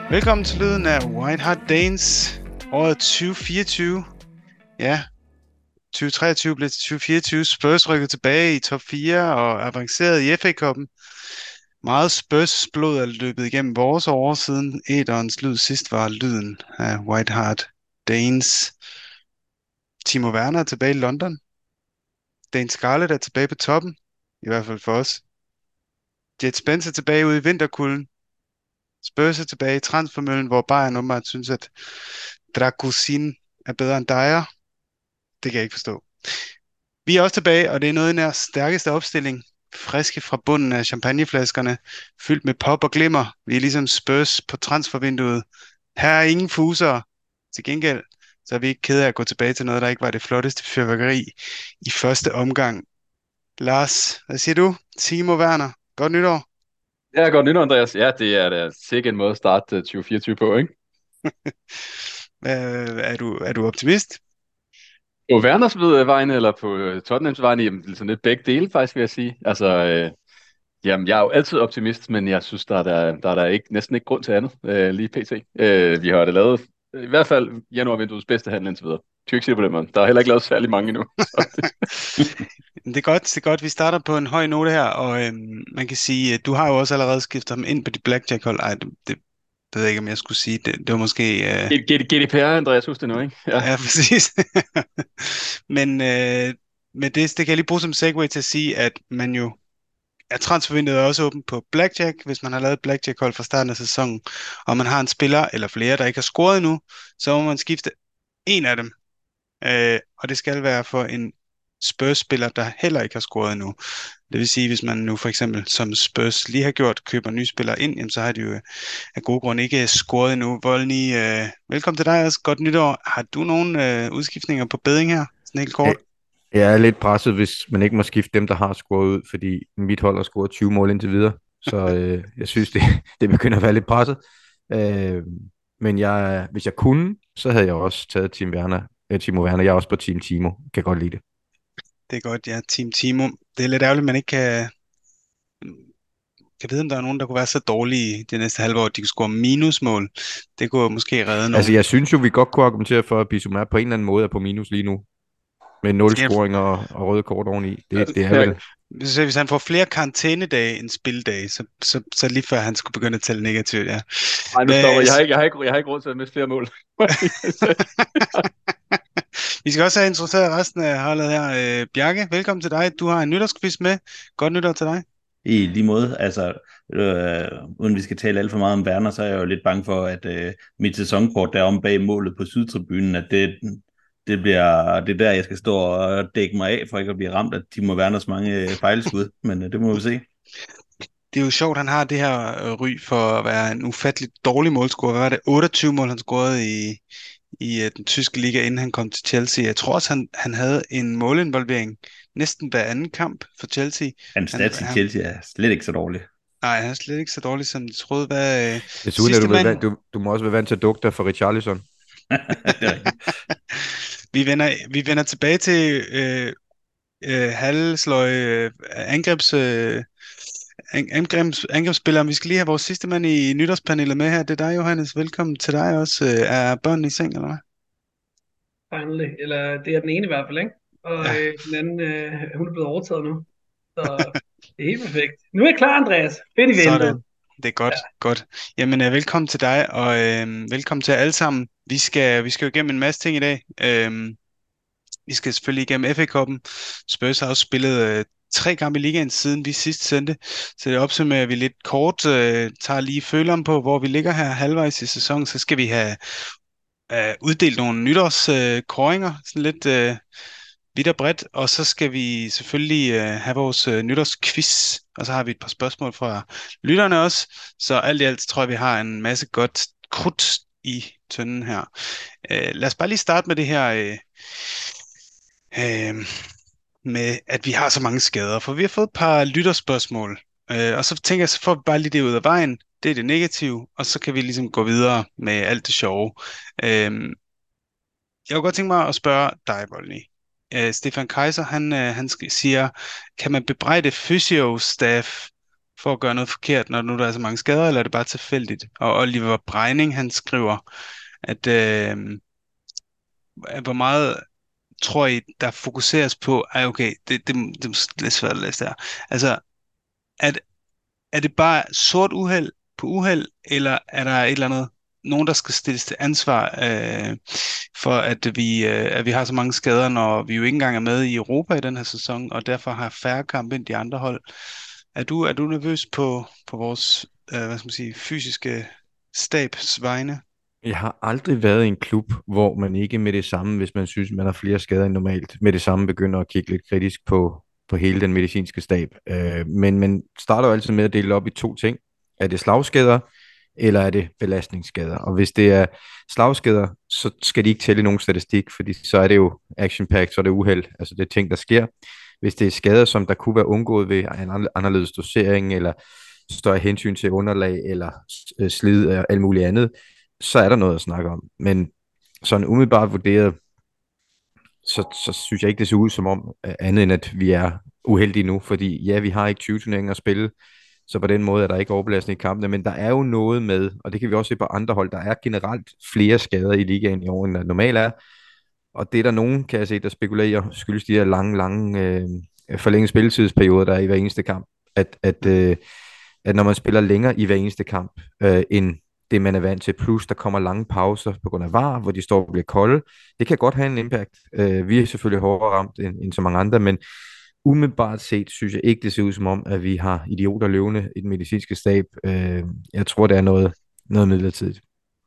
Velkommen til lyden af White Hart Danes, året 2024. Ja, 2023 blev til 2024. Spurs rykket tilbage i top 4 og avanceret i FA-koppen. Meget Spurs blod er løbet igennem vores år, siden Æderens lyd sidst var lyden af White Hart Danes. Timo Werner er tilbage i London. Dane Scarlett er tilbage på toppen, i hvert fald for os. Jet Spence er tilbage ude i vinterkulden. Spurs er tilbage i transfermøllen, hvor Bayern åbenbart synes, at Dragusin er bedre end Dyer. Det kan jeg ikke forstå. Vi er også tilbage, og det er noget i nær stærkeste opstilling. Friske fra bunden af champagneflaskerne, fyldt med pop og glimmer. Vi er ligesom Spurs på transfervinduet. Her er ingen fuser. Til gengæld, så er vi ikke kede af at gå tilbage til noget, der ikke var det flotteste fyrværkeri i første omgang. Lars, hvad siger du? Timo Werner, godt nytår. Ja, godt nytår, Andreas. Ja, det er da sikkert en måde at starte 2024 på, ikke? Er du optimist? På Werners vegne, eller på Tottenhams vegne, jamen, sådan lidt begge dele, faktisk, vil jeg sige. Altså, jamen, jeg er jo altid optimist, men jeg synes, der er ikke, næsten ikke grund til andet, lige pt. Vi har det lavet, i hvert fald januarvinduets bedste handel indtil videre. Jeg ikke sige det på den måde. Der er heller ikke lavet særlig mange endnu. Så det. Det er godt, det er godt. Vi starter på en høj note her, og man kan sige, at du har jo også allerede skiftet ham ind på dit blackjack-hold. Ej, det ved jeg ikke, om jeg skulle sige. Det var måske... GDPR, Andreas, husk det nu, ikke? Ja. Ja, præcis. Men med det kan jeg lige bruge som segue til at sige, at man jo er transfervinduet er også åbent på blackjack, hvis man har lavet et blackjack-hold fra starten af sæsonen, og man har en spiller eller flere, der ikke har scoret endnu, så må man skifte en af dem. Og det skal være for en Spurs-spiller, der heller ikke har scoret endnu. Det vil sige, hvis man nu for eksempel, som Spurs lige har gjort, køber nye spillere ind, jamen, så har de jo af gode grunde ikke scoret endnu. Volny, velkommen til dig også. Godt nytår. Har du nogle udskiftninger på bedding her? Sådan helt Jeg kort. jeg er lidt presset, hvis man ikke må skifte dem, der har scoret ud, fordi mit hold har scoret 20 mål indtil videre. Så jeg synes, det begynder at være lidt presset. Øh, men hvis jeg kunne, så havde jeg også taget Timo Werner. Jeg er også på Team Timo. Kan godt lide det. Det er godt, ja. Team Timo. Det er lidt ærgerligt, at man ikke kan vide, om der er nogen, der kunne være så dårlige det næste halve år, at de kunne score minusmål. Det kunne måske redde Altså, nogen. jeg synes jo, vi godt kunne argumentere for, at Bissouma på en eller anden måde er på minus lige nu. Med 0 Ja, scoring og røde kort oveni. Det er Ja, vel... hvis han får flere karantænedage end spildage, så lige før han skulle begynde at tælle negativt, ja. ej, nu stopper Hvad, jeg. Jeg har ikke råd til at miste flere mål. Vi skal også have introduceret resten af holdet her. Bjarke, velkommen til dig. Du har en nytårsquiz med. Godt nytår til dig. I lige måde, altså, uden vi skal tale alt for meget om Werner, så er jeg jo lidt bange for, at mit sæsonkort derom bag målet på Sydtribunen, at det er der, jeg skal stå og dække mig af, for ikke at blive ramt af Timo Werners mange fejlskud, men det må vi se. Det er jo sjovt, han har det her ry for at være en ufattelig dårlig målscorer. Hvad var det? 28 mål, han scorede i den tyske liga, inden han kom til Chelsea. Jeg tror også, han havde en målinvolvering næsten hver anden kamp for Chelsea. Hans stats i Chelsea er slet ikke så dårlig. Nej, han er slet ikke så dårlig, som de troede. Hvad, Desuden er sidste mand, du må også være vant til at dukke dig for Richarlison. Det er rigtigt. vi vender tilbage til halvsløje angrebsspillere. Vi skal lige have vores sidste mand i nytårspanelet med her. Det er dig, Johannes. Velkommen til dig også. Er børnene i seng, eller hvad? Finally. Eller det er den ene i hvert fald, ikke? Og Ja, den anden, hun er blevet overtaget nu. Så det er helt perfekt. Nu er jeg klar, Andreas. Fedt, I ventede. sådan. Det er Ja. godt, godt. Jamen, velkommen til dig, og velkommen til jer alle sammen. Vi skal jo igennem en masse ting i dag. Vi skal selvfølgelig igennem FA-koppen. Spurs har også spillet 3 kampe i ligaen, siden vi sidst sendte. Så det opsummerer vi lidt kort. Tager lige føleren på, hvor vi ligger her halvvejs i sæsonen. Så skal vi have uddelt nogle nytårskåringer, sådan lidt vidt og bredt. Og så skal vi selvfølgelig have vores nytårsquiz. Og så har vi et par spørgsmål fra lytterne også. Så alt i alt tror jeg, vi har en masse godt krudt i tønden her. Lad os bare lige starte med det her... øh, med, at vi har så mange skader. For vi har fået et par lytterspørgsmål, og så tænker jeg, så får vi bare lige det ud af vejen. Det er det negative, og så kan vi ligesom gå videre med alt det sjove. Jeg kunne godt tænke mig at spørge dig, Volny. Stefan Kaiser, han siger, kan man bebrejde fysiostaff for at gøre noget forkert, når nu der er så mange skader, eller er det bare tilfældigt? Og Oliver Breining, han skriver, at hvor meget tror I, der fokuseres på, okay, det er lidt svært at læse der. Altså, er, er det bare sort uheld på uheld, eller er der et eller andet, nogen, der skal stilles til ansvar for, at vi har så mange skader, når vi jo ikke engang er med i Europa i den her sæson, og derfor har færre kampe end de andre hold. Er du nervøs på vores hvad skal man sige, fysiske stabs vegne? Jeg har aldrig været i en klub, hvor man ikke med det samme, hvis man synes, man har flere skader end normalt, med det samme begynder at kigge lidt kritisk på hele den medicinske stab. Men man starter jo altid med at dele op i to ting. Er det slagskader, eller er det belastningsskader? Og hvis det er slagskader, så skal de ikke tælle i nogen statistik, fordi så er det jo action-packed, så er det uheld. Altså det er ting, der sker. Hvis det er skader, som der kunne være undgået ved en anderledes dosering, eller større hensyn til underlag, eller slid og alt muligt andet, så er der noget at snakke om. Men sådan umiddelbart vurderet, så synes jeg ikke, det ser ud som om andet end, at vi er uheldige nu, fordi ja, vi har ikke 20 turneringer at spille, så på den måde er der ikke overbelastning i kampene, men der er jo noget med, og det kan vi også se på andre hold, der er generelt flere skader i ligaen i år, end der normalt er, og det er der nogen, kan jeg se, der spekulerer, skyldes de her lange forlængede spilletidsperioder, der er i hver eneste kamp, at når man spiller længere i hver eneste kamp, end det man er vant til, plus der kommer lange pauser på grund af VAR, hvor de står og bliver kolde, det kan godt have en impact. Vi er selvfølgelig hårdere ramt end så mange andre, men umiddelbart set synes jeg ikke, det ser ud som om, at vi har idioter løvende i den medicinske stab. Jeg tror, det er noget midlertidigt.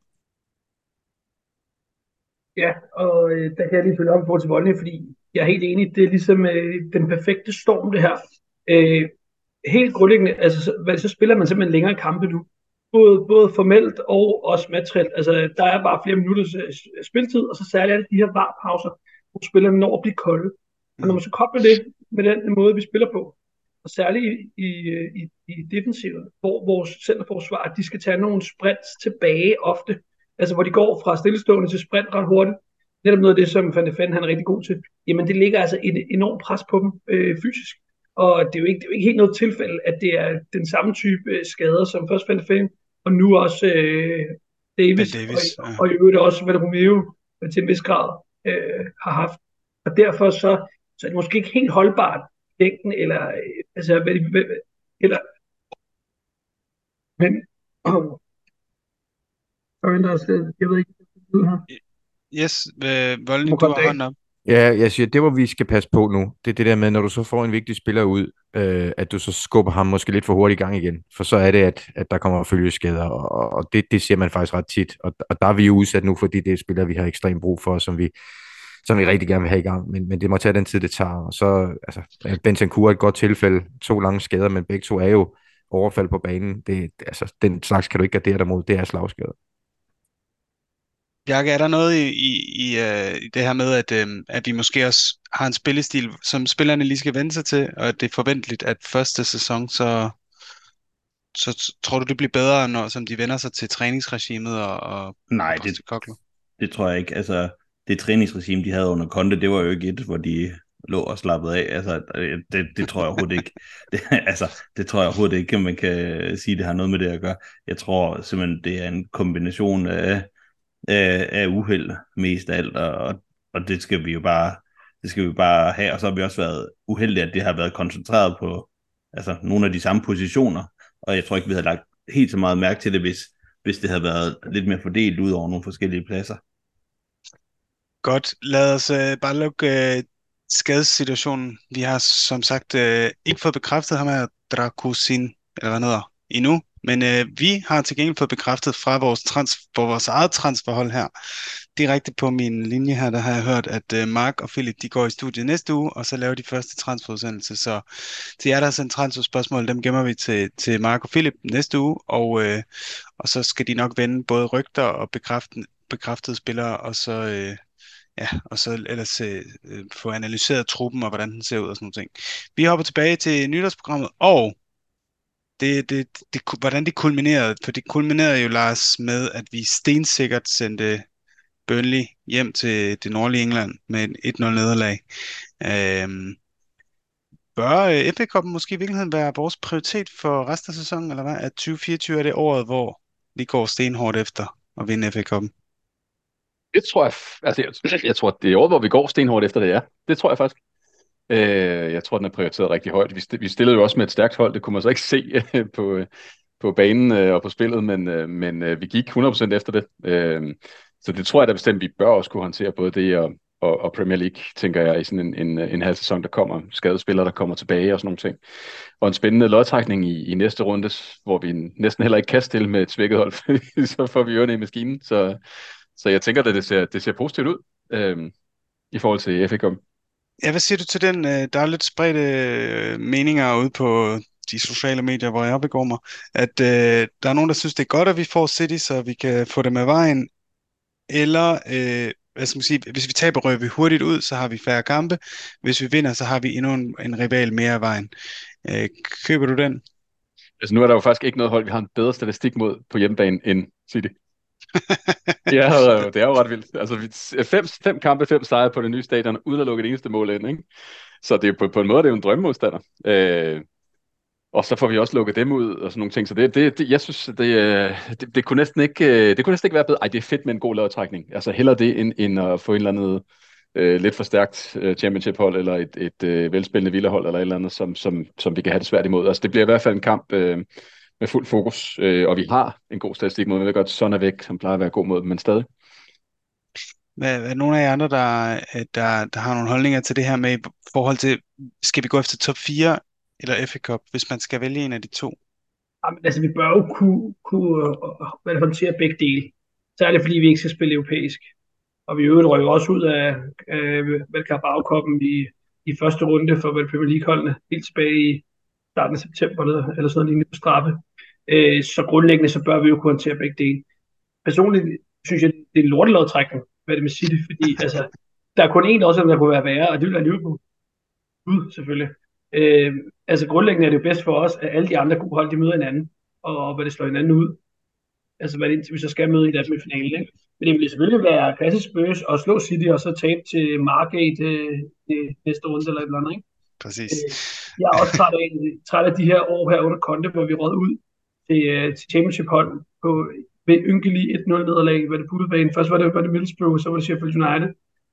Ja, og der kan jeg lige følge op i forhold til Voldning, fordi jeg er helt enig, det er ligesom den perfekte storm, det her. Øh, Helt grundlæggende, altså så spiller man simpelthen længere kampe nu. Både formelt og også materielt. Altså, der er bare flere minutters spiltid, og så særligt er det de her varpauser, hvor spillerne når at blive kolde. Og når man så kobler det med den måde, vi spiller på, og særligt i defensiven, hvor vores centerforsvar, de skal tage nogle sprints tilbage ofte, altså hvor de går fra stillestående til sprint ret hurtigt. Netop noget af det, som Van de Ven, han er rigtig god til. Jamen, det ligger altså et enormt pres på dem fysisk. Og det er jo ikke helt noget tilfælde, at det er den samme type skader, som først Van de Ven, og nu også Davis, Davis, og i øvrigt også Val Romeo til en vis grad har haft. Og derfor så er det måske ikke helt holdbart længden, eller altså, eller, men, jeg ved ikke, her. Yes, Voldning, du har hånden op. Ja, jeg siger, det hvor vi skal passe på nu, det er det der med, når du så får en vigtig spiller ud, at du så skubber ham måske lidt for hurtigt i gang igen, for så er det, at der kommer følgeskader, og det ser man faktisk ret tit, og der er vi jo udsat nu, fordi det er spillere, vi har ekstremt brug for, som vi rigtig gerne vil have i gang, men det må tage den tid, det tager, og så, altså, Bentancur er et godt tilfælde, 2 lange skader, men begge to er jo overfald på banen, altså, den slags kan du ikke gardere dig mod, det er slagskader. Bjarke, er der noget i det her med, at vi måske også har en spillestil, som spillerne lige skal vende sig til, og at det er forventeligt, at første sæson, så tror du, det bliver bedre, når som de vender sig til træningsregimet og Nej, det tror jeg ikke. Altså, det træningsregime, de havde under Conte, det var jo ikke et, hvor de lå og slappede af. Altså, det tror jeg overhovedet ikke. Det tror jeg overhovedet ikke, man kan sige, det har noget med det at gøre. Jeg tror simpelthen, det er en kombination af uheld mest af alt, og det skal vi jo bare have. Og så har vi også været uheldige, at det har været koncentreret på altså, nogle af de samme positioner, og jeg tror ikke, vi havde lagt helt så meget mærke til det, hvis det havde været lidt mere fordelt ud over nogle forskellige pladser. Godt, lad os bare lukke skadessituationen. Vi har som sagt ikke fået bekræftet ham her, Drakusin, eller hvad han hedder, endnu. Men vi har til gengæld fået bekræftet fra vores eget transferhold her. Direkte på min linje her, der har jeg hørt, at Mark og Philip, de går i studiet næste uge, og så laver de første transferudsendelse. Så til jer, der har sendt transferspørgsmål, dem gemmer vi til Mark og Philip næste uge, og så skal de nok vende både rygter og bekræftede spillere, og så... Ja, og så ellers få analyseret truppen og hvordan den ser ud og sådan noget ting. Vi hopper tilbage til nytårsprogrammet, og hvordan det kulminerede, for det kulminerede jo, Lars, med, at vi stensikkert sendte Burnley hjem til det nordlige England med et 1-0 nederlag. Bør FA Cup'en måske i virkeligheden være vores prioritet for resten af sæsonen, eller hvad? At 2024 er det året, hvor vi går stenhårdt efter at vinde FA Cup'en? Det tror jeg tror, det er året, hvor vi går stenhårdt efter det, ja. Det tror jeg faktisk. Jeg tror, den er prioriteret rigtig højt. Vi stillede jo også med et stærkt hold, det kunne man så ikke se på banen og på spillet, men vi gik 100% efter det. Så det tror jeg da bestemt, vi bør også kunne håndtere både det og Premier League, tænker jeg, i sådan en halv sæson, der kommer. Skadespillere, der kommer tilbage og sådan nogle ting. Og en spændende lodtrækning i næste runde, hvor vi næsten heller ikke kan stille med et svækket hold, så får vi ørerne i maskinen. Så jeg tænker, at det ser positivt ud i forhold til FA Cup. Ja, hvad siger du til den? Der er lidt spredte meninger ude på de sociale medier, hvor jeg begår mig, at der er nogen, der synes, det er godt, at vi får City, så vi kan få det med vejen, eller hvad skal man sige, hvis vi taber, rører vi hurtigt ud, så har vi færre kampe. Hvis vi vinder, så har vi endnu en rival mere af vejen. Køber du den? Altså nu er der jo faktisk ikke noget hold, vi har en bedre statistik mod på hjemmebane end City. Ja, det er jo ret vildt. Altså fem kampe, 5 sejre på det nye stadion, uden at lukke det eneste mål ind, ikke? Så det er på en måde, det er jo en drømmemodstander. Og så får vi også lukket dem ud og sådan nogle ting. Så jeg synes, det kunne næsten ikke, være bedre. Ej, det er fedt med en god lodtrækning. Altså hellere det, end at få en eller anden lidt for stærkt championship-hold, eller et velspillende villahold, eller et eller andet, som vi kan have det svært imod. Altså det bliver i hvert fald en kamp med fuld fokus, og vi har en god statistik mod, jeg ved godt, Son er væk, som plejer at være god mod dem, men stadig. Hvad er nogle af jer andre, der har nogle holdninger til det her med i forhold til, skal vi gå efter top 4 eller FA Cup, hvis man skal vælge en af de to? Jamen, altså, vi bør jo kunne håndtere begge dele. Særligt fordi vi ikke skal spille europæisk. Og vi øvrigt rykker også ud af Carabao-koppen i første runde for Premier League-holdene, helt tilbage i starten af september, eller sådan noget lignende på straffe. Så grundlæggende, så bør vi jo kunne håndtere begge dele. Personligt synes jeg, det er en lortelodtrækning, hvad det med City, fordi altså, der er kun én også, der kunne være værre, og det vil være Liverpool. Selvfølgelig. Altså grundlæggende er det jo bedst for os, at alle de andre gode hold, de møder hinanden, og hvad det slår hinanden ud. Altså hvad det indtil vi så skal møde i deres finale, ikke? Men det vil selvfølgelig være klassisk Spurs og slå City, og så tabe til Margate næste runde eller et eller andet, ikke? Præcis. Jeg er også træt af de her år her under Conte, hvor vi råd ud til championship-hold på ved ynkelige 1-0 nederlag, hvad det på udebane. Først var det Middlesbrough, så var det Sheffield United.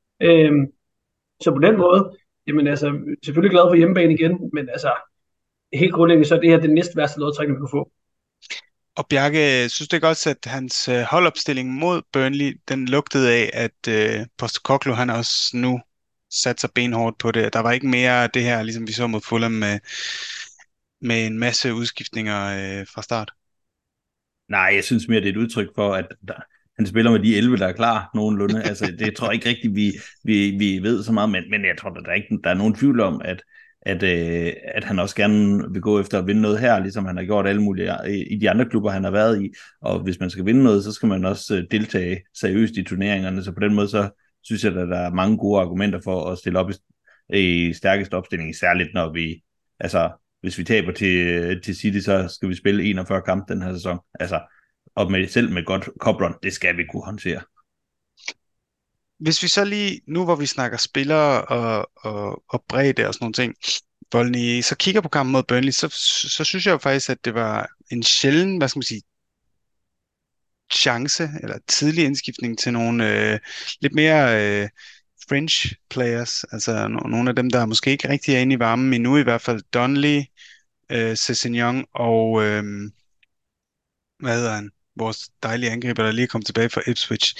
Så på den måde, jamen altså, selvfølgelig glad for hjemmebane igen, men altså, helt grundlæggende, så er det her det næste værste lodtrækning, vi kan få. Og Bjarke, synes du ikke også, at hans holdopstilling mod Burnley, den lugtede af, at Postecoglou, han også nu satte sig benhårdt på det. Der var ikke mere det her, ligesom vi så mod Fulham med en masse udskiftninger fra start. Nej, jeg synes mere, det er et udtryk for, at han spiller med de 11, der er klar nogenlunde. Altså, det tror jeg ikke rigtigt, vi ved så meget, men jeg tror, der er nogen tvivl om, at han også gerne vil gå efter at vinde noget her, ligesom han har gjort alle mulige i de andre klubber, han har været i. Og hvis man skal vinde noget, så skal man også deltage seriøst i turneringerne. Så på den måde, så synes jeg, at der er mange gode argumenter for at stille op i stærkeste opstilling, særligt når vi, altså hvis vi taber til City, så skal vi spille 41 kampe den her sæson. Altså, og selv med godt cup-run, det skal vi kunne håndtere. Hvis vi så lige, nu hvor vi snakker spillere og bredde og sådan nogle ting, Volney, så kigger på kampen mod Burnley, så synes jeg jo faktisk, at det var en sjælden, hvad skal man sige, chance, eller tidlig indskiftning til nogle lidt mere French players, altså nogle af dem, der måske ikke rigtig er inde i varmen endnu, i hvert fald Donnelly, Sessegnon og hvad hedder han? Vores dejlige angriber, der lige kom tilbage fra Ipswich.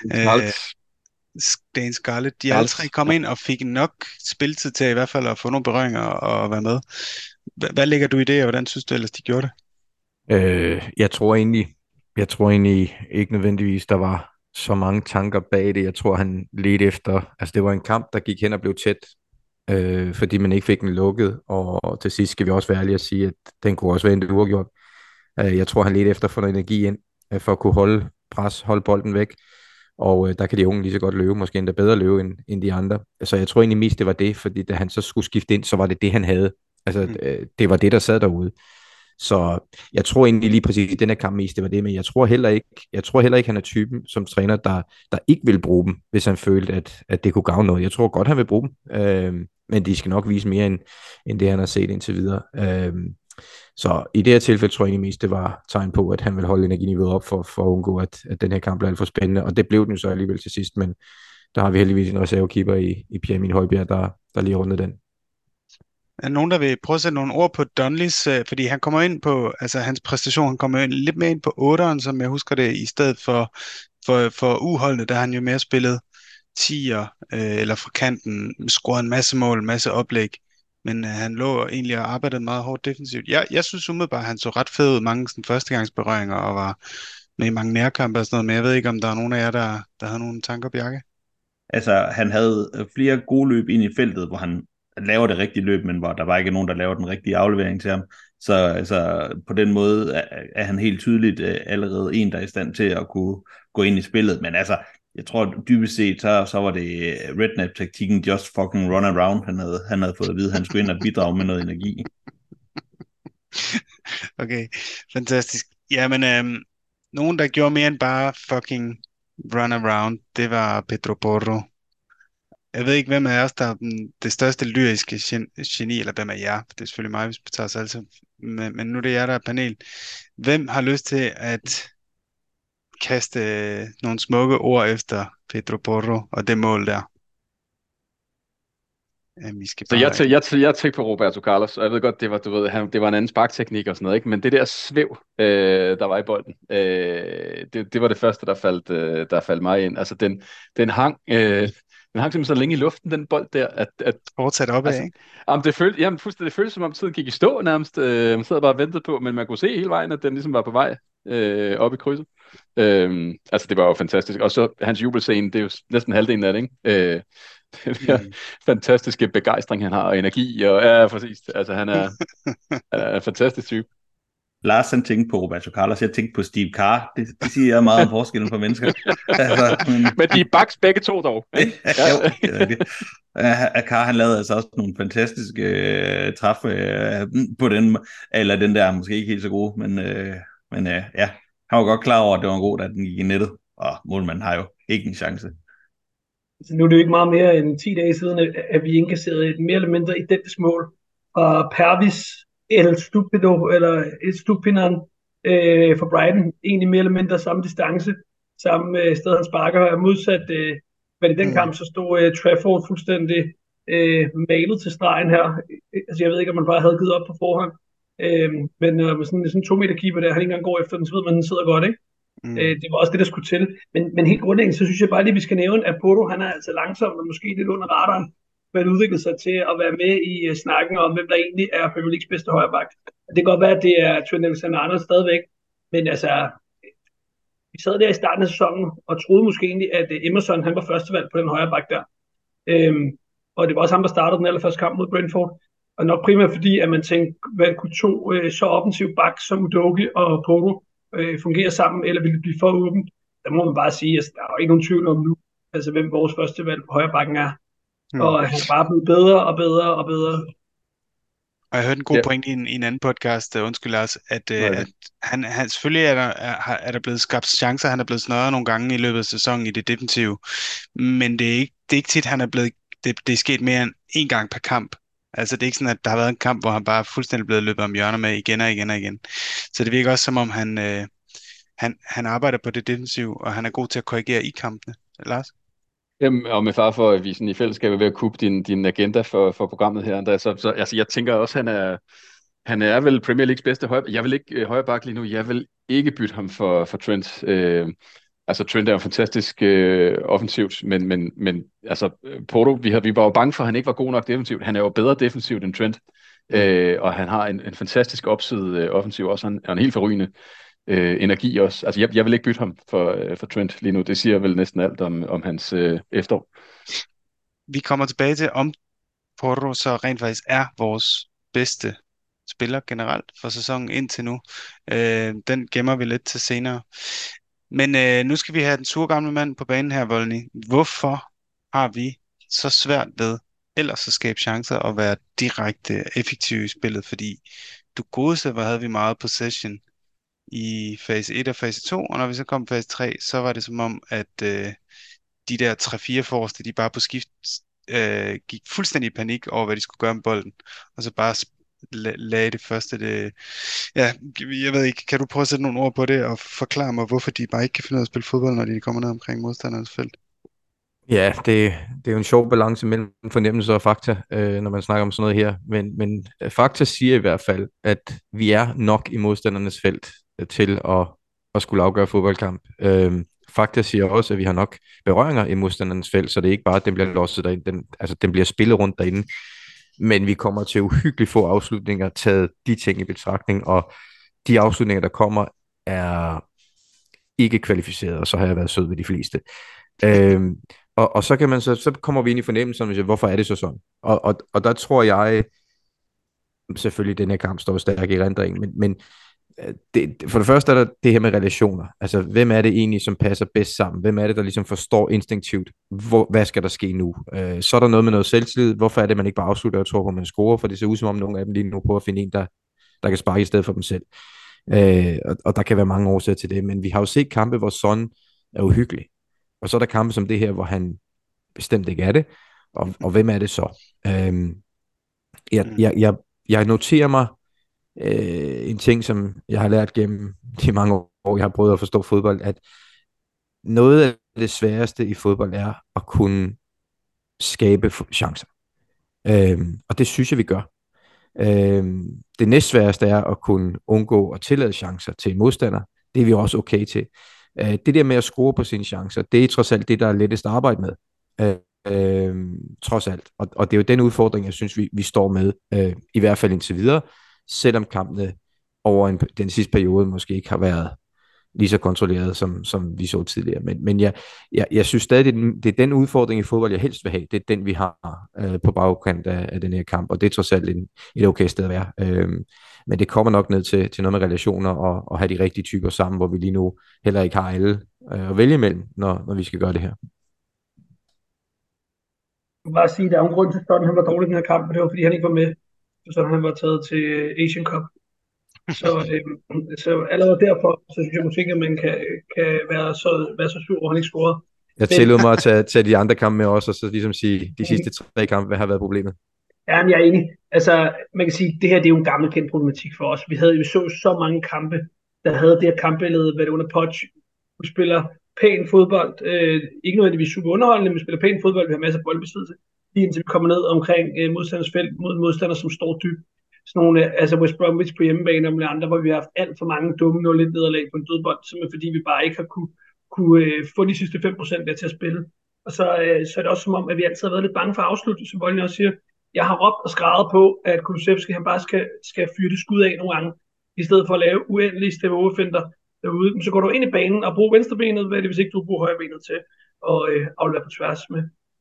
Dan Scarlett. De alle tre kom ind og fik nok spiltid til i hvert fald at få nogle berøringer og være med. Hvad lægger du i det, og hvordan synes du ellers, de gjorde det? Jeg tror egentlig ikke nødvendigvis, der var så mange tanker bag det. Jeg tror, han ledte efter, altså det var en kamp, der gik hen og blev tæt, fordi man ikke fik den lukket, og til sidst skal vi også være ærlige at sige, at den kunne også være en uafgjort. Jeg tror, han ledte efter at få noget energi ind, for at kunne holde bolden væk, og der kan de unge lige så godt løbe, måske endda bedre løbe end de andre. Så jeg tror egentlig mest, det var det, fordi da han så skulle skifte ind, så var det han havde. Altså, det var det, der sad derude. Så jeg tror egentlig lige præcis i den her kamp mest, det var det, men jeg tror heller ikke han er typen som træner, der ikke vil bruge dem, hvis han følte, at det kunne gavne noget. Jeg tror godt, han vil bruge dem, men de skal nok vise mere, end det, han har set indtil videre. Så i det her tilfælde tror jeg egentlig mest, det var tegn på, at han vil holde energiniveauet op for at undgå, at den her kamp bliver alt for spændende, og det blev den jo så alligevel til sidst, men der har vi heldigvis en reservekeeper i Pierre Emil Højbjerg, der lige rundet den. Er der nogen, der vil prøve at sætte nogle ord på Dunleys, fordi han kommer ind på, altså hans præstation, han kommer ind, lidt mere ind på 8'eren, som jeg husker det, i stedet for uholdene, der har han jo mere spillet 10'er, eller fra kanten, scoret en masse mål, en masse oplæg, men han lå egentlig og arbejdede meget hårdt defensivt. Jeg synes umiddelbart, at han så ret fed ud, mange sådan, førstegangsberøringer, og var med i mange nærkampe og sådan noget, men jeg ved ikke, om der er nogen af jer, der havde nogle tanker, Bjarke? Altså, han havde flere gode løb ind i feltet, hvor han laver det rigtige løb, men hvor der var ikke nogen, der laver den rigtige aflevering til ham. Så altså, på den måde er han helt tydeligt allerede en, der er i stand til at kunne gå ind i spillet. Men altså, jeg tror dybest set, så var det Redknapp-taktikken, just fucking run around, han havde fået at vide, at han skulle ind og bidrage med noget energi. Okay, fantastisk. Jamen, nogen, der gjorde mere end bare fucking run around, det var Pedro Porro. Jeg ved ikke, hvem af os, der er det største lyriske geni, eller hvem af jer, det er selvfølgelig mig, hvis vi tager os alle sammen, men nu er det jer, der er panel. Hvem har lyst til at kaste nogle smukke ord efter Pedro Porro og det mål der? Vi skal Så bare... jeg tænkte på Roberto Carlos, og jeg ved godt, det var, du ved, det var en anden sparkteknik og sådan noget, ikke? Men det der svæv, der var i bolden, det var det første, der faldt mig ind. Altså, den hang simpelthen så længe i luften, den bold der, at Fortsat opad, altså, ikke? det føltes som om tiden gik i stå nærmest. Man sad bare og ventede på, men man kunne se hele vejen, at den ligesom var på vej op i krydset. Altså, det var jo fantastisk. Og så hans jubelscene, det er jo næsten halvdelen af det, ikke? Den der fantastiske begejstring, han har, og energi, og ja, præcis. Altså, han er en fantastisk type. Lars, han tænkte på Roberto Carlos, jeg tænkte på Steve Carr. Det siger meget om forskellen på mennesker. Altså, men de er baks begge to dog. Ikke? Ja. Jo, det er rigtigt. Carr, han lavede altså også nogle fantastiske træf på den, eller den der måske ikke helt så gode, men ja, han var godt klar over, at det var en god, da den gik i nettet, og målmanden har jo ikke en chance. Så nu er det jo ikke meget mere end 10 dage siden, at vi indkasserede et mere eller mindre identisk mål fra Pervis El Stupido, eller El Stupinan for Brighton. Egentlig mere eller mindre samme distance, samme sted han sparker. Modsat, men i den kamp, så stod Trafford fuldstændig malet til stregen her. Altså jeg ved ikke, om man bare havde givet op på forhånd. Men med sådan 2 meter keeper der, han ikke engang går efter den, så ved man, den sidder godt, ikke? Det var også det, der skulle til. Men helt grundlæggende, så synes jeg bare lige, vi skal nævne, at Porto, han er altså langsom, og måske lidt under radaren, men udviklet sig til at være med i snakken om, hvem der egentlig er Premier Leagues bedste højreback. Det kan godt være, at det er Trent Alexander-Arnold stadigvæk, men altså, vi sad der i starten af sæsonen, og troede måske egentlig, at Emerson, han var førstevalg på den højreback der. Og det var også ham, der startede den allerførste kamp mod Brentford. Og nok primært fordi, at man tænkte, hvad kunne to så offensiv bak som Udogi og Porto fungere sammen, eller ville det blive for åbent? Der må man bare sige, at der er jo ikke nogen tvivl om nu, altså hvem vores første valg på højre bakken er. Og han er bare blevet bedre og bedre og bedre. Og jeg hørte en god point i en anden podcast, undskyld Lars, at han selvfølgelig er der blevet skabt chancer, han er blevet snørret nogle gange i løbet af sæsonen i det defensive, men det er ikke tit, han er blevet, det er sket mere end en gang per kamp. Altså det er ikke sådan, at der har været en kamp, hvor han bare er fuldstændig blevet løbet om hjørner med igen og igen og igen. Så det virker også som om, han arbejder på det defensive, og han er god til at korrigere i kampene. Lars? Jamen, og med far for, at vi sådan i fællesskab er ved at kuppe din agenda for programmet her, Andreas, så altså, jeg tænker også, han er vel Premier Leagues bedste højreback. Jeg vil ikke højreback lige nu. Jeg vil ikke bytte ham for Trent. Altså Trent er jo fantastisk offensivt, men altså Porto, vi var jo bange for, at han ikke var god nok defensivt. Han er jo bedre defensivt end Trent, og han har en fantastisk opside offensiv også, han er en helt forrygende energi også. Altså jeg vil ikke bytte ham for Trent lige nu. Det siger vel næsten alt om hans efterår. Vi kommer tilbage til, om Porto så rent faktisk er vores bedste spiller generelt for sæsonen indtil nu. Den gemmer vi lidt til senere. Men nu skal vi have den sure gamle mand på banen her, Volny. Hvorfor har vi så svært ved ellers at skabe chancer og være direkte effektive i spillet? Fordi du godeste, hvor havde vi meget possession i fase 1 og fase 2, og når vi så kom i fase 3, så var det som om, at de der 3-4 forreste, de bare på skift gik fuldstændig i panik over, hvad de skulle gøre med bolden, og så bare lagde det første. Ja, jeg ved ikke, kan du prøve at sætte nogle ord på det, og forklare mig, hvorfor de bare ikke kan finde ud af at spille fodbold, når de kommer ned omkring modstandernes felt? Ja, det er jo en sjov balance mellem fornemmelse og fakta, når man snakker om sådan noget her. Men fakta siger i hvert fald, at vi er nok i modstandernes felt til at skulle afgøre fodboldkamp. Fakta siger også, at vi har nok berøringer i modstandernes felt, så det er ikke bare, at den bliver losset derinde, den bliver spillet rundt derinde. Men vi kommer til uhyggeligt få afslutninger, taget de ting i betragtning, og de afslutninger, der kommer, er ikke kvalificeret, og så har jeg været sød ved de fleste. Og så kan man så kommer vi ind i fornemmelsen, hvorfor er det så sådan? Og der tror jeg, selvfølgelig den her kamp står stærk i erindringen, men for det første er der det her med relationer. Altså, hvem er det egentlig, som passer bedst sammen? Hvem er det, der ligesom forstår instinktivt, hvad skal der ske nu? Så er der noget med noget selvtillid. Hvorfor er det, man ikke bare afslutter og tror på, at man scorer? For det ser ud som om, nogle af dem lige nu prøver at finde en, der kan sparke i stedet for dem selv. Og der kan være mange årsager til det, men vi har jo set kampe, hvor Son er uhyggelig. Og så er der kampe som det her, hvor han bestemt ikke er det. Og hvem er det så? Jeg noterer mig en ting, som jeg har lært gennem de mange år, jeg har prøvet at forstå fodbold, at noget af det sværeste i fodbold er at kunne skabe chancer. Og det synes jeg, vi gør. Det næstsværeste er at kunne undgå at tillade chancer til en modstander. Det er vi også okay til. Det der med at score på sine chancer, det er trods alt det, der er lettest at arbejde med. Trods alt. Og det er jo den udfordring, jeg synes, vi står med, i hvert fald indtil videre, selvom kampene over den sidste periode måske ikke har været lige så kontrolleret, som vi så tidligere. Men jeg synes stadig, det er den udfordring i fodbold, jeg helst vil have. Det er den, vi har på bagkant af den her kamp, og det er trods alt et okay sted at være. Men det kommer nok ned til noget med relationer og have de rigtige typer sammen, hvor vi lige nu heller ikke har alle at vælge imellem, når vi skal gøre det her. Jeg vil bare sige, at der er en grund til, at Son han var dårlig i den her kamp, og det var, fordi han ikke var med, så han var taget til Asian Cup. Så allerede derfor, så synes jeg måske ikke, at man kan være så sur, hvor han ikke scorede. Jeg tillod mig at tage de andre kampe med også, og så ligesom sige, de sidste 3 kampe, hvad har været problemet? Ja, jeg er enig. Altså, man kan sige, at det her det er jo en gammelkendt problematik for os. Vi havde jo så mange kampe, der havde det her kampbillede, hvad det under Poch. Vi spiller pæn fodbold. Ikke nødvendigvis super underholdende, men vi spiller pæn fodbold. Vi har masser af boldbesiddelse. Lige indtil vi kommer ned omkring modstanders felt mod modstander, som står dybt. Sådan nogle, altså West Bromwich på hjemmebane og med andre, hvor vi har haft alt for mange dumme 0-1 nederlag på en dødbold, simpelthen fordi vi bare ikke har kunne få de sidste 5% der til at spille. Og så er det også som om, at vi altid har været lidt bange for at afslutte, som Volny også siger. Jeg har råbt og skrevet på, at Kulusevski han bare skal fyre det skud af nogle gange, i stedet for at lave uendelige step-over-finder derude. Men så går du ind i banen og bruger venstrebenet, hvad det hvis ikke du bruger højrebenet til at aflevere på tværs med.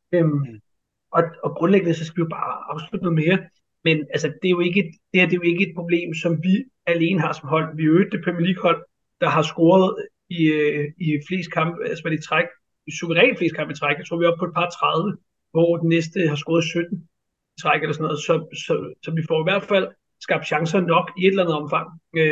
Og grundlæggende så skal vi jo bare afslutte noget mere. Men altså, det er jo ikke et problem, som vi alene har som hold. Vi er jo det Premier League hold, der har scoret i flest kampe, altså hvad det træk, i suverænt flest kampe i træk. Jeg tror, vi er oppe på et par 30, hvor den næste har scoret 17 i træk eller sådan noget. Så vi får i hvert fald skabt chancer nok i et eller andet omfang.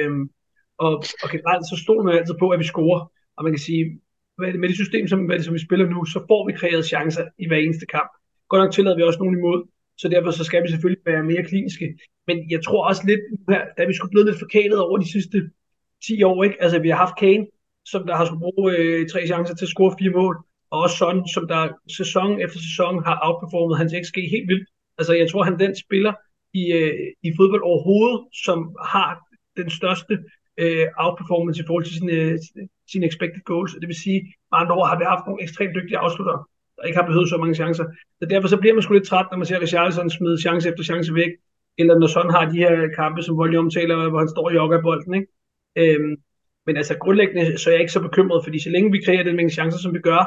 Og generelt så stoler man altid på, at vi scorer. Og man kan sige, med det system, som vi spiller nu, så får vi kreeret chancer i hver eneste kamp. Godt nok tillader vi også nogen imod, så derfor så skal vi selvfølgelig være mere kliniske. Men jeg tror også lidt, da vi skulle blive lidt forkælet over de sidste 10 år, ikke? Altså vi har haft Kane, som der har skulle bruge 3 chancer til at score 4 mål, og også Son, som der sæson efter sæson har outperformet hans XG helt vildt. Altså jeg tror, han den spiller i fodbold overhovedet, som har den største outperformance i forhold til sine expected goals. Det vil sige, at andre år har vi haft nogle ekstremt dygtige afsluttere, der ikke har behøvet så mange chancer. Så derfor så bliver man sgu lidt træt, når man ser Richarlison smide chance efter chance væk, eller når Son har de her kampe, som Volny omtaler, hvor han står og jogger bolden, ikke? Men altså grundlæggende, så er jeg ikke så bekymret, fordi så længe vi kreerer den mængde chancer, som vi gør,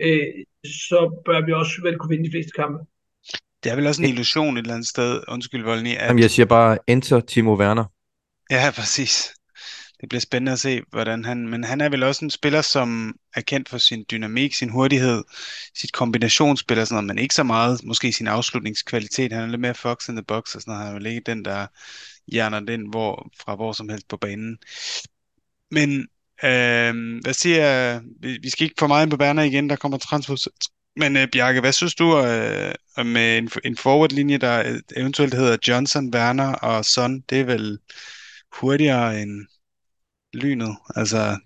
så bør vi også vel kunne vinde de fleste kampe. Det er vel også en illusion et eller andet sted, undskyld Volny. Jamen, jeg siger bare, enter Timo Werner. Ja, præcis. Det bliver spændende at se, hvordan men han er vel også en spiller, som er kendt for sin dynamik, sin hurtighed, sit kombinationsspil og sådan noget, men ikke så meget, måske sin afslutningskvalitet. Han er lidt mere fox in the box og sådan noget. Han er vel ikke den, der hjerner den fra hvor som helst på banen. Men hvad siger vi skal ikke for meget ind på Werner igen, der kommer transfer. Men Bjarke, hvad synes du med en forward-linje, der eventuelt hedder Johnson, Werner og Son? Det er vel hurtigere end lynet. Altså,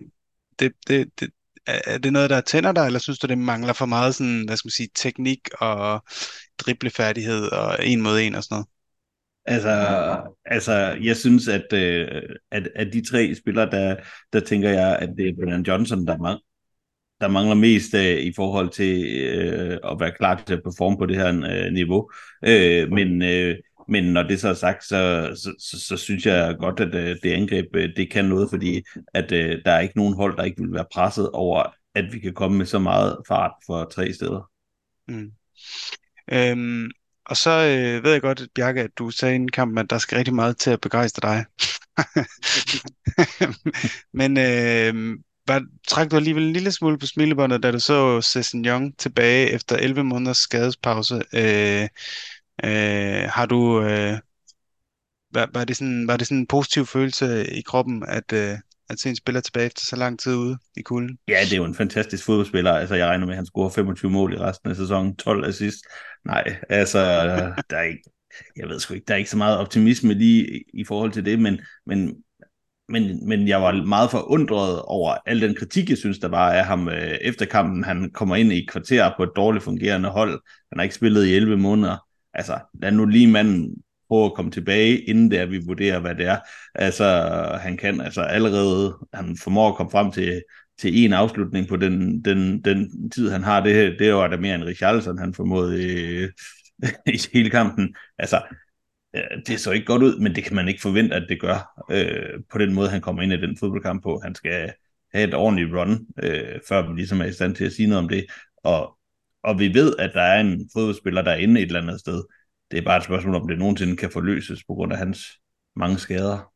er det noget, der tænder dig, eller synes du, det mangler for meget sådan, hvad skal man sige, teknik og driblefærdighed og en mod en og sådan noget? Altså, jeg synes, at de tre spillere, der tænker jeg, at det er Brennan Johnson, der mangler mest i forhold til at være klar til at performe på det her niveau. Men når det så er sagt, så synes jeg godt, at det angreb, det kan noget, fordi at der er ikke nogen hold, der ikke vil være presset over, at vi kan komme med så meget fart for tre steder. Mm. Og så ved jeg godt, Bjarke, at du sagde i en kamp, at der skal rigtig meget til at begejstre dig. Men trak du alligevel en lille smule på smilebåndet, da du så Sessegnon tilbage efter 11 måneders skadespause. Har du var det sådan en positiv følelse i kroppen, at se en spiller tilbage efter så lang tid ude i kulden? Ja, det er jo en fantastisk fodboldspiller. Altså, jeg regner med, at han scorer 25 mål i resten af sæsonen, 12 assist. Nej, altså, der er ikke, jeg ved sgu ikke, der er ikke så meget optimisme lige i forhold til det, men jeg var meget forundret over al den kritik, jeg synes, der var af ham efter kampen. Han kommer ind i et kvarter på et dårligt fungerende hold. Han har ikke spillet i 11 måneder. Altså, lad nu lige manden prøve at komme tilbage, inden der vi vurderer, hvad det er. Altså, han kan altså allerede, han formår at komme frem til en afslutning på den tid, han har. Det var da mere end Richarlison, han formåede i hele kampen. Altså, det så ikke godt ud, men det kan man ikke forvente, at det gør på den måde, han kommer ind i den fodboldkamp på. Han skal have et ordentligt run, før vi ligesom er i stand til at sige noget om det. Og vi ved, at der er en fodboldspiller, der er inde et eller andet sted. Det er bare et spørgsmål, om det nogensinde kan forløses på grund af hans mange skader.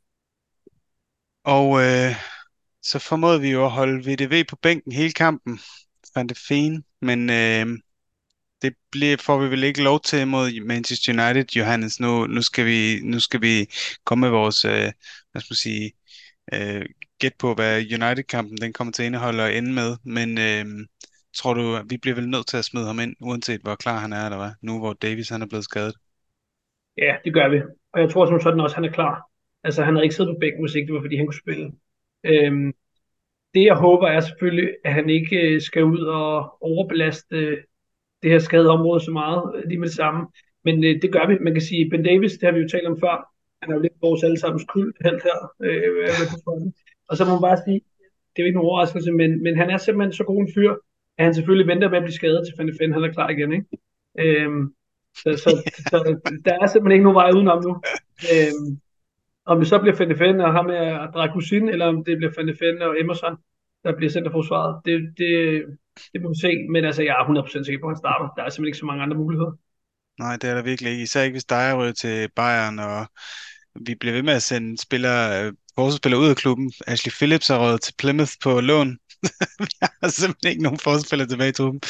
Og så formåede vi jo at holde VDV på bænken hele kampen. Fandt det fint, men får vi vel ikke lov til mod Manchester United, Johannes. Nu skal vi komme med vores, hvad skal man sige, gæt på, hvad United-kampen den kommer til at indeholde og ende med. Men tror du, at vi bliver vel nødt til at smide ham ind, uanset hvor klar han er, eller hvad? Nu hvor Davies han er blevet skadet. Ja, det gør vi. Og jeg tror som sådan også, han er klar. Altså, han havde ikke siddet på bænken, hvis ikke det var, fordi han kunne spille. Det, jeg håber, er selvfølgelig, at han ikke skal ud og overbelaste det her skadeområde så meget lige med det samme. Men det gør vi. Man kan sige, Ben Davies, det har vi jo talt om før, han er jo lidt vores allesammens helt her. Og så må man bare sige, det er jo ikke nogen overraskelse, men han er simpelthen så god en fyr, at han selvfølgelig venter med at blive skadet til Van de Ven, han er klar igen, ikke? Så der er simpelthen ikke nogen vej udenom nu. Om det så bliver Van de Ven og ham med Dragusin, eller om det bliver Van de Ven og Emerson, der bliver centerforsvaret, det må vi se. Men altså, jeg er 100% sikker på, at han starter. Der er simpelthen ikke så mange andre muligheder. Nej, det er der virkelig ikke. Især ikke, hvis der er rød til Bayern, og vi bliver ved med at sende forsvarsspillere ud af klubben. Ashley Phillips er røget til Plymouth på lån. Vi har simpelthen ikke nogen forsvarsspillere tilbage i truppen.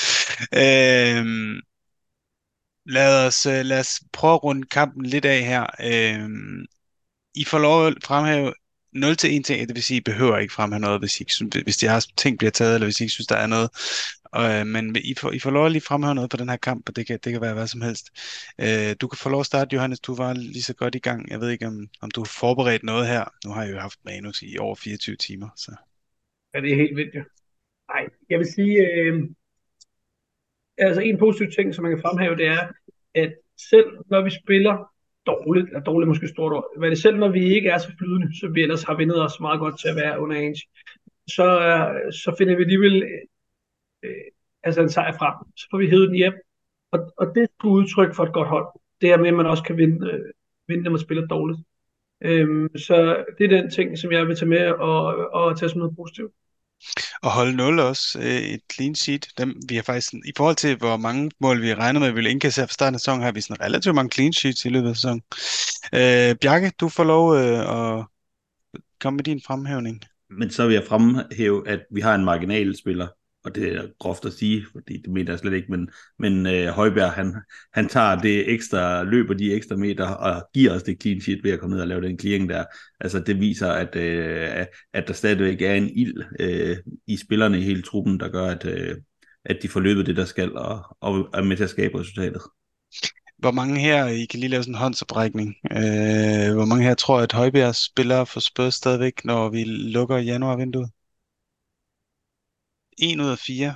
Lad os prøve at runde kampen lidt af her. I får lov at fremhæve 0 til 1 ting, det vil sige, I behøver ikke fremhæve noget, hvis de har ting bliver taget, eller hvis I ikke synes, der er noget. Men I får lov at lige fremhæve noget på den her kamp, og det kan være hvad som helst. Du kan få lov at starte, Johannes, du var lige så godt i gang. Jeg ved ikke, om du har forberedt noget her. Nu har jeg jo haft manus i over 24 timer. Så. Ja, det er helt vildt, ja. Nej, jeg vil sige, altså en positiv ting, som man kan fremhæve, det er, at selv når vi spiller dårligt, eller dårligt måske stort ord, men det selv når vi ikke er så flydende, som vi ellers har vendet os meget godt til at være under Ange, så finder vi alligevel altså en sejr frem. Så får vi hævet den hjem, og det er et udtryk for et godt hold. Det her med, at man også kan vinde, når man spiller dårligt. Så det er den ting, som jeg vil tage med og tage som noget positivt. Og holde 0 også, et clean sheet. Vi har faktisk, i forhold til hvor mange mål vi regner med, at vi vil indkassere fra starten af sæsonen, har vi sådan relativt mange clean sheets i løbet af sæsonen. Bjarke, du får lov at Kom med din fremhævning. Men så vil jeg fremhæve, at vi har en marginalspiller, og det er groft at sige, fordi det mener jeg slet ikke, men Højbjerg, han tager det ekstra, løber de ekstra meter, og giver os det clean sheet ved at komme ned og lave den clearing der. Altså det viser, at der stadigvæk er en ild i spillerne i hele truppen, der gør, at de får løbet det, der skal, og er med til at skabe resultatet. Hvor mange her, I kan lige lave sådan en håndsoprækning, hvor mange her tror, at Højbjerg spiller for Spurs stadigvæk, når vi lukker januarvinduet? 1 ud af 4.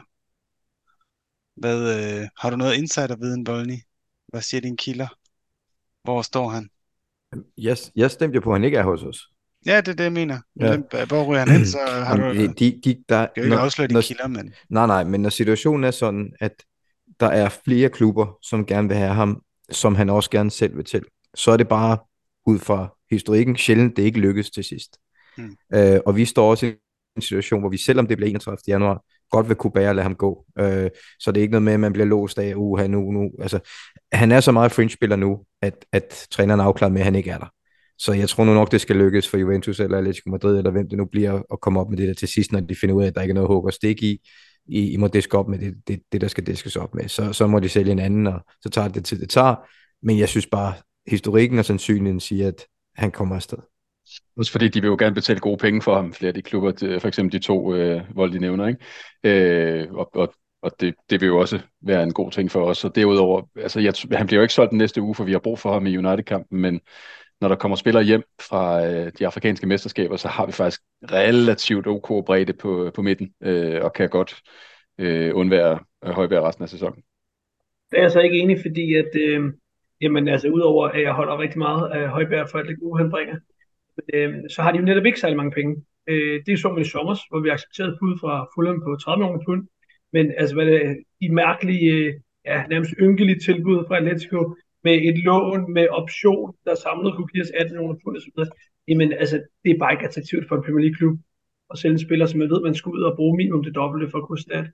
Har du noget insiderviden, Volny? Hvad siger dine kilder? Hvor står han? Jeg stemte jo på, at han ikke er hos os. Ja, det er det, jeg mener. Ja. Hvor ryger han hen, så har du... Jamen, Jeg kan jo ikke afsløre dine kilder, men... Nej, men når situationen er sådan, at der er flere klubber, som gerne vil have ham, som han også gerne selv vil til, så er det bare ud fra historikken sjældent, det ikke lykkes til sidst. Og vi står også i en situation, hvor vi, selvom det bliver 31. januar, godt vil kunne bære at lade ham gå. Så det er ikke noget med, at man bliver låst af, nu. Altså, han er så meget fringe-spiller nu, at træneren er afklaret med, at han ikke er der. Så jeg tror nu nok, det skal lykkes for Juventus eller Atletico Madrid, eller hvem det nu bliver, at komme op med det der til sidst, når de finder ud af, at der ikke er noget hug og stik i. I må diske op med det, der skal diskes op med. Så må de sælge en anden, og så tager det tid, det tager. Men jeg synes bare, historikken og sandsynligheden siger, at han kommer afsted. Også fordi de vil jo gerne betale gode penge for ham, flere af de klubber, for eksempel de to Vold, de nævner, ikke? Og det vil jo også være en god ting for os. Og derudover, altså han bliver jo ikke solgt den næste uge, for vi har brug for ham i United-kampen, men når der kommer spillere hjem fra de afrikanske mesterskaber, så har vi faktisk relativt ok bredde på midten, og kan godt undvære Højbjerg resten af sæsonen. Der er jeg så ikke enig, fordi at, jamen altså udover at jeg holder rigtig meget af Højbjerg for alt det gode, han bringer, så har de jo netop ikke særlig mange penge. Det så man i sommer, hvor vi accepterede bud fra Fulham på 30 millioner pund, men altså hvad det de mærkelige, nærmest ynkelige tilbud fra Atletico, med et lån med option, der samlet kunne give os 18 millioner pund og så videre. Jamen altså, det er bare ikke attraktivt for en Premier League-klub at sælge en spiller, som man ved, man skal ud og bruge minimum det dobbelte for at kunne starte.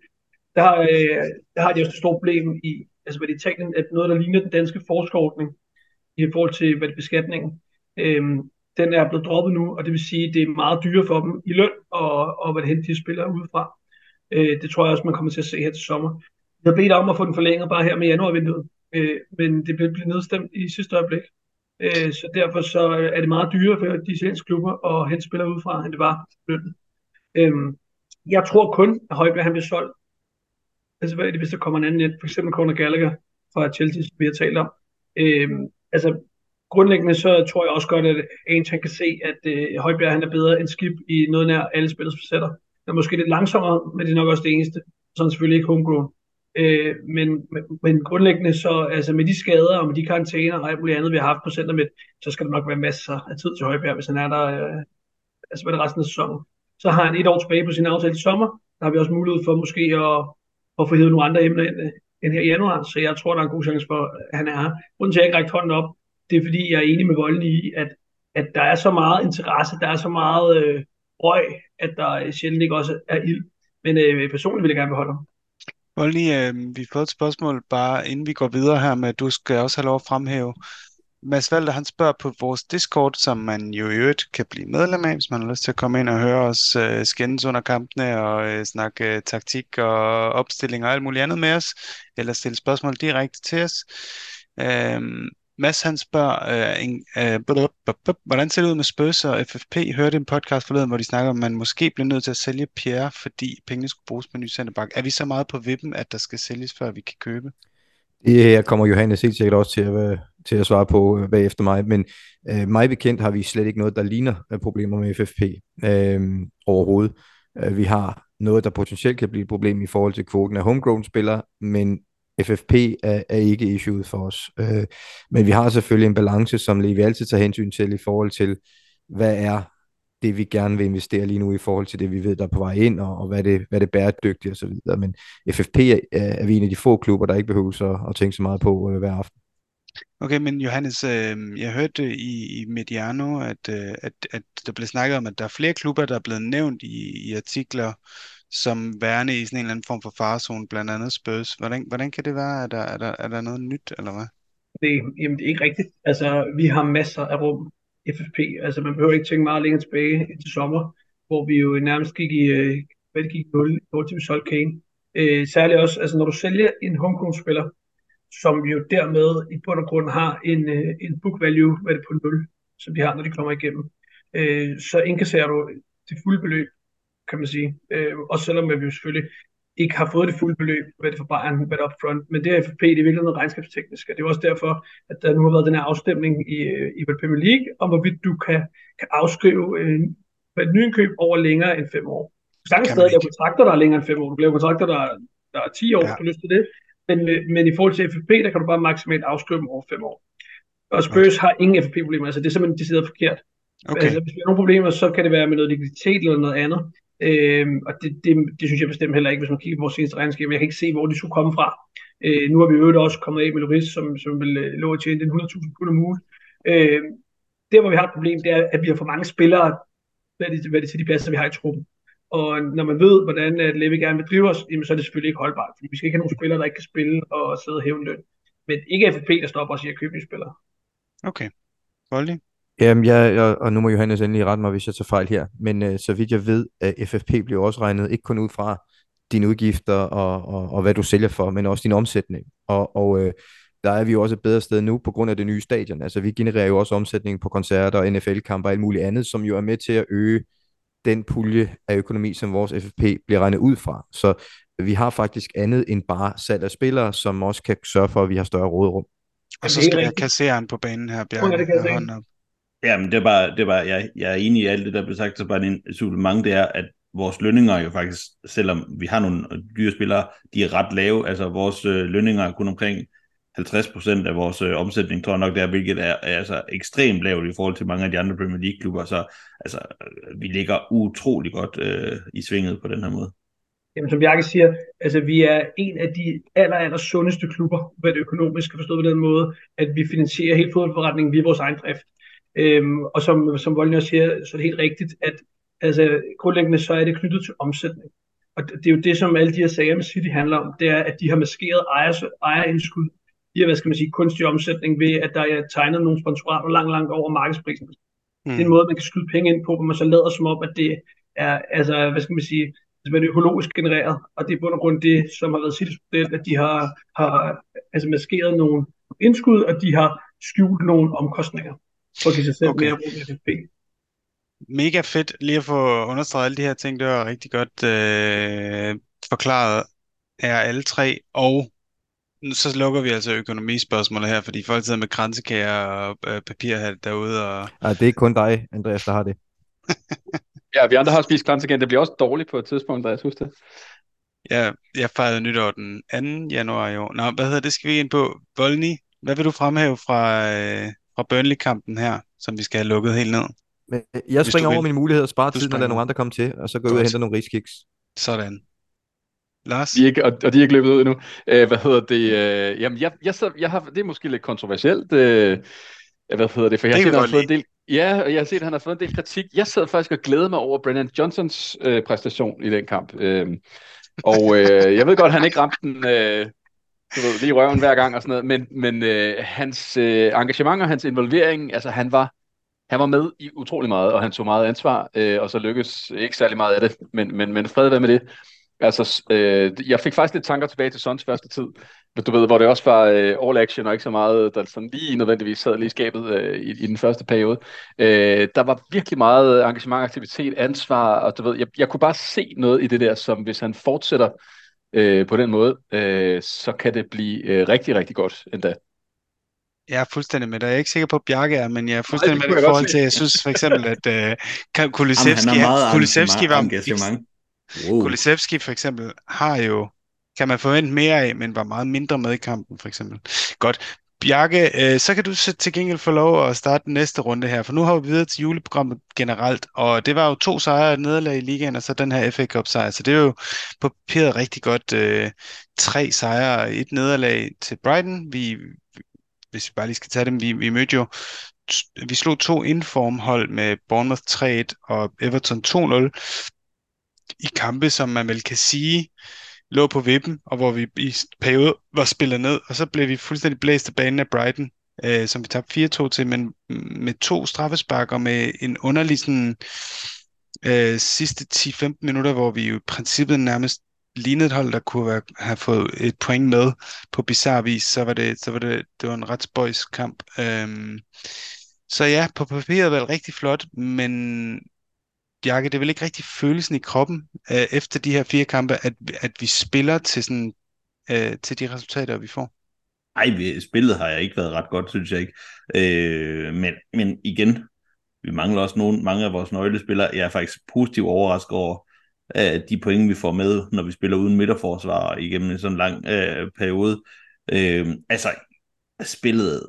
Der har de også et stort problem i, altså hvad det er Italien, at noget, der ligner den danske forskerordning i forhold til hvad det beskatningen, den er blevet droppet nu, og det vil sige, at det er meget dyrere for dem i løn, og hvad det henter de spillere udefra. Det tror jeg også, man kommer til at se her til sommer. Jeg har bedt om at få den forlænget bare her med januarvinduet, men det blev nedstemt i sidste øjeblik. Så derfor så er det meget dyrere for de italienske klubber at hente spillere udefra, end det var lønnen. Jeg tror kun, at Højbjerg han bliver solgt. Altså hvad er det, hvis der kommer en anden net, for eksempel Conor Gallagher fra Chelsea, som vi har talt om. Altså grundlæggende så tror jeg også godt, at han kan se, at Højbjerg han er bedre end Skip i noget nær alle spillers facetter. Det er måske lidt langsommere, men det er nok også det eneste. Sådan selvfølgelig ikke homegrown. Men grundlæggende så, altså med de skader og med de karantæner og alt muligt andet, vi har haft på center midt, så skal der nok være masser af tid til Højbjerg, hvis han er der, altså hvad det resten af sæsonen. Så har han 1 år tilbage på sin aftale i sommer. Der har vi også mulighed for måske at få hævet nogle andre emner end her i januar, så jeg tror, der er en god chance for, at han er her. Uden til at jeg ikke rækket hånden op, det er fordi, jeg er enig med Volden i, at der er så meget interesse, der er så meget røg, at der sjældent ikke også er ild. Men personligt vil jeg gerne beholde ham. Volny, vi har fået et spørgsmål, bare inden vi går videre her med, at du skal også have lov at fremhæve. Mads Valder, han spørger på vores Discord, som man jo i øvrigt kan blive medlem af, hvis man har lyst til at komme ind og høre os skændes under kampene og snakke taktik og opstilling og alt muligt andet med os, eller stille spørgsmål direkte til os. Mads han spørger, hvordan ser det ud med Spurs og FFP? Jeg hørte en podcast forleden, hvor de snakker om, at man måske bliver nødt til at sælge Pierre, fordi pengene skulle bruges på ny centerback. Er vi så meget på vippen, at der skal sælges, før vi kan købe? Det her kommer Johannes helt sikkert også til at svare på bagefter mig, men mig bekendt har vi slet ikke noget, der ligner problemer med FFP overhovedet. Vi har noget, der potentielt kan blive et problem i forhold til kvoten af homegrown-spillere, men FFP er ikke issueet for os. Men vi har selvfølgelig en balance, som vi altid tager hensyn til i forhold til, hvad er det, vi gerne vil investere lige nu i forhold til det, vi ved, der er på vej ind, og hvad er det bæredygtigt og så videre. Men FFP er vi en af de få klubber, der ikke behøver at tænke så meget på hver aften. Okay, men Johannes, jeg hørte i Mediano, at der blev snakket om, at der er flere klubber, der er blevet nævnt i artikler, som værende i sådan en eller anden form for farezone, blandt andet Spurs. Hvordan kan det være? Er der noget nyt, eller hvad? Jamen, det er ikke rigtigt. Altså, vi har masser af rum FFP. Altså man behøver ikke tænke meget længere tilbage til sommer, hvor vi jo nærmest gik i, hvad det gik 0 i forhold til, vi solgte Kane. Særligt også, altså når du sælger en homegrown-spiller, som jo dermed i bund og grund har en book value, hvad det på 0, som de har, når de kommer igennem, så indkasserer du det fulde beløb, kan man sige. Også selvom vi jo selvfølgelig ikke har fået det fulde beløb, hvad det for Bayern, hvad det er upfront. Men det er FFP, det er virkelig noget regnskabsteknisk. Og det er også derfor, at der nu har været den her afstemning i Premier League, om hvorvidt du kan afskrive et nyindkøb over længere end 5 år. Du kan stadig lave kontrakter, der er længere end 5 år. Du kan lave kontrakter, der er 10 år, ja. Du har lyst til det. Men i forhold til FFP, der kan du bare maksimalt afskrive dem over 5 år. Og Spurs har ingen FFP-problemer, altså det er simpelthen decideret forkert. Okay. Altså, hvis vi har nogle problemer, så kan det være med noget likviditet eller noget andet. Og det synes jeg bestemt heller ikke, hvis man kigger på vores seneste regnskab. Jeg kan ikke se, hvor de skulle komme fra. Nu har vi jo også kommet af med Lloris, som vil lå at tjene 100.000 pund om ugen. Der, hvor vi har et problem, det er, at vi har for mange spillere, hvad det til de pladser, vi har i truppen. Og når man ved, hvordan Levy gerne vil drive os, så er det selvfølgelig ikke holdbart. Fordi vi skal ikke have nogle spillere, der ikke kan spille og sidde og hæve en løn. Men ikke FFP, der stopper os i at købe nye spillere. Okay. Voldy? Jamen, og nu må Johannes endelig rette mig, hvis jeg tager fejl her. Men så vidt jeg ved, at FFP bliver også regnet ikke kun ud fra dine udgifter og hvad du sælger for, men også din omsætning. Og der er vi jo også et bedre sted nu på grund af det nye stadion. Altså vi genererer jo også omsætning på koncerter og NFL-kampe og alt muligt andet, som jo er med til at øge den pulje af økonomi, som vores FFP bliver regnet ud fra. Så vi har faktisk andet end bare salg af spillere, som også kan sørge for, at vi har større råderum. Og så skal jeg kassere på banen her, Bjarke. Jamen, det er bare jeg er enig i alt det, der blev sagt, så bare en supplement, det er, at vores lønninger jo faktisk, selvom vi har nogle dyre spillere, de er ret lave. Altså, vores lønninger er kun omkring 50% af vores omsætning, tror jeg nok, det er, hvilket er altså ekstremt lavt i forhold til mange af de andre Premier League-klubber. Så altså, vi ligger utrolig godt i svinget på den her måde. Jamen, som Bjarke siger, altså vi er en af de aller sundeste klubber, hvad det økonomisk kan forstå på den måde, at vi finansierer hele fodboldforretningen via vores egen drift. Og som Volden også siger, så er det helt rigtigt, at altså, grundlæggende så er det knyttet til omsætning. Og det er jo det, som alle de her sager med City handler om, det er, at de har maskeret ejerindskud via, hvad skal man sige, kunstig omsætning ved, at der er tegnet nogle sponsorater langt over markedsprisen. Det er en måde, man kan skyde penge ind på, hvor man så lader som om, at det er, altså, hvad skal man sige, det er økologisk genereret, og det er på grund af grund det, som har været Citys model, at de har altså maskeret nogle indskud, og de har skjult nogle omkostninger. For at give sig selv mere rum i FFP. Mega fedt lige at få understreget alle de her ting. Det var rigtig godt forklaret af alle tre. Og så lukker vi altså økonomispørgsmålet her, fordi folk sidder med kransekager og papirhat derude. Og... Ej, det er ikke kun dig, Andreas, der har det. Ja, vi andre har spist kransekager. Det bliver også dårligt på et tidspunkt, da jeg synes det. Ja, jeg fejrede nytår den 2. januar i år. Nå, hvad hedder det, skal vi ind på? Volny, hvad vil du fremhæve fra Burnley-kampen her, som vi skal have lukket helt ned? Men jeg springer over mine muligheder og sparer tiden, og lader nogle andre komme til, og så går jeg ud og henter nogle riskiks. Sådan. Lars? De er ikke løbet ud endnu. Hvad hedder det? Jamen, jeg har, det er måske lidt kontroversielt. Hvad hedder det? For jeg har set, han har fået en del. Ja, og jeg har set, at han har fået en del kritik. Jeg sad faktisk og glædede mig over Brennan Johnsons præstation i den kamp. Jeg ved godt, at han ikke ramte den lige røven hver gang og sådan noget, men hans engagement og hans involvering, altså han var med i utrolig meget, og han tog meget ansvar, og så lykkedes ikke særlig meget af det, men fred være med det. Altså, jeg fik faktisk lidt tanker tilbage til Sons første tid, du ved, hvor det også var all action og ikke så meget, der sådan lige nødvendigvis sad lige i skabet i den første periode. Der var virkelig meget engagement, aktivitet, ansvar, og du ved, jeg kunne bare se noget i det der, som hvis han fortsætter på den måde, så kan det blive rigtig, rigtig godt endda. Jeg er fuldstændig med dig. Jeg er ikke sikker på, at Bjarke er, men jeg er fuldstændig med dig i forhold til, jeg synes for eksempel, at Kulusevski for eksempel har jo, kan man forvente mere af, men var meget mindre med i kampen for eksempel. Godt. Bjarke, så kan du til gengæld få lov at starte den næste runde her, for nu har vi videre til juleprogrammet generelt, og det var jo 2 sejre og et nederlag i ligaen, og så den her FA Cup sejr, så det er jo på papiret rigtig godt 3 sejre og 1 nederlag til Brighton. Hvis vi bare lige skal tage dem, vi mødte jo, vi slog 2 informhold med Bournemouth 3-1 og Everton 2-0 i kampe, som man vel kan sige lå på vippen, og hvor vi i periode var spillet ned, og så blev vi fuldstændig blæst af banen af Brighton som vi tabte 4-2 til, men med 2 straffespark og med en underlig sådan, sidste 10-15 minutter, hvor vi jo i princippet nærmest lignede et hold, der have fået et point med på bizarre vis, det var en ret spøjs kamp. Så ja, på papiret var det rigtig flot, men Bjarke, det er vel ikke rigtig følelsen i kroppen efter de her 4 kampe, at vi spiller til sådan til de resultater, vi får. Ej, spillet har jeg ikke været ret godt, synes jeg ikke. Men igen, vi mangler også mange af vores nøglespillere. Jeg er faktisk positivt overrasket over de point, vi får med, når vi spiller uden midterforsvar igennem en sådan lang periode. Altså, spillet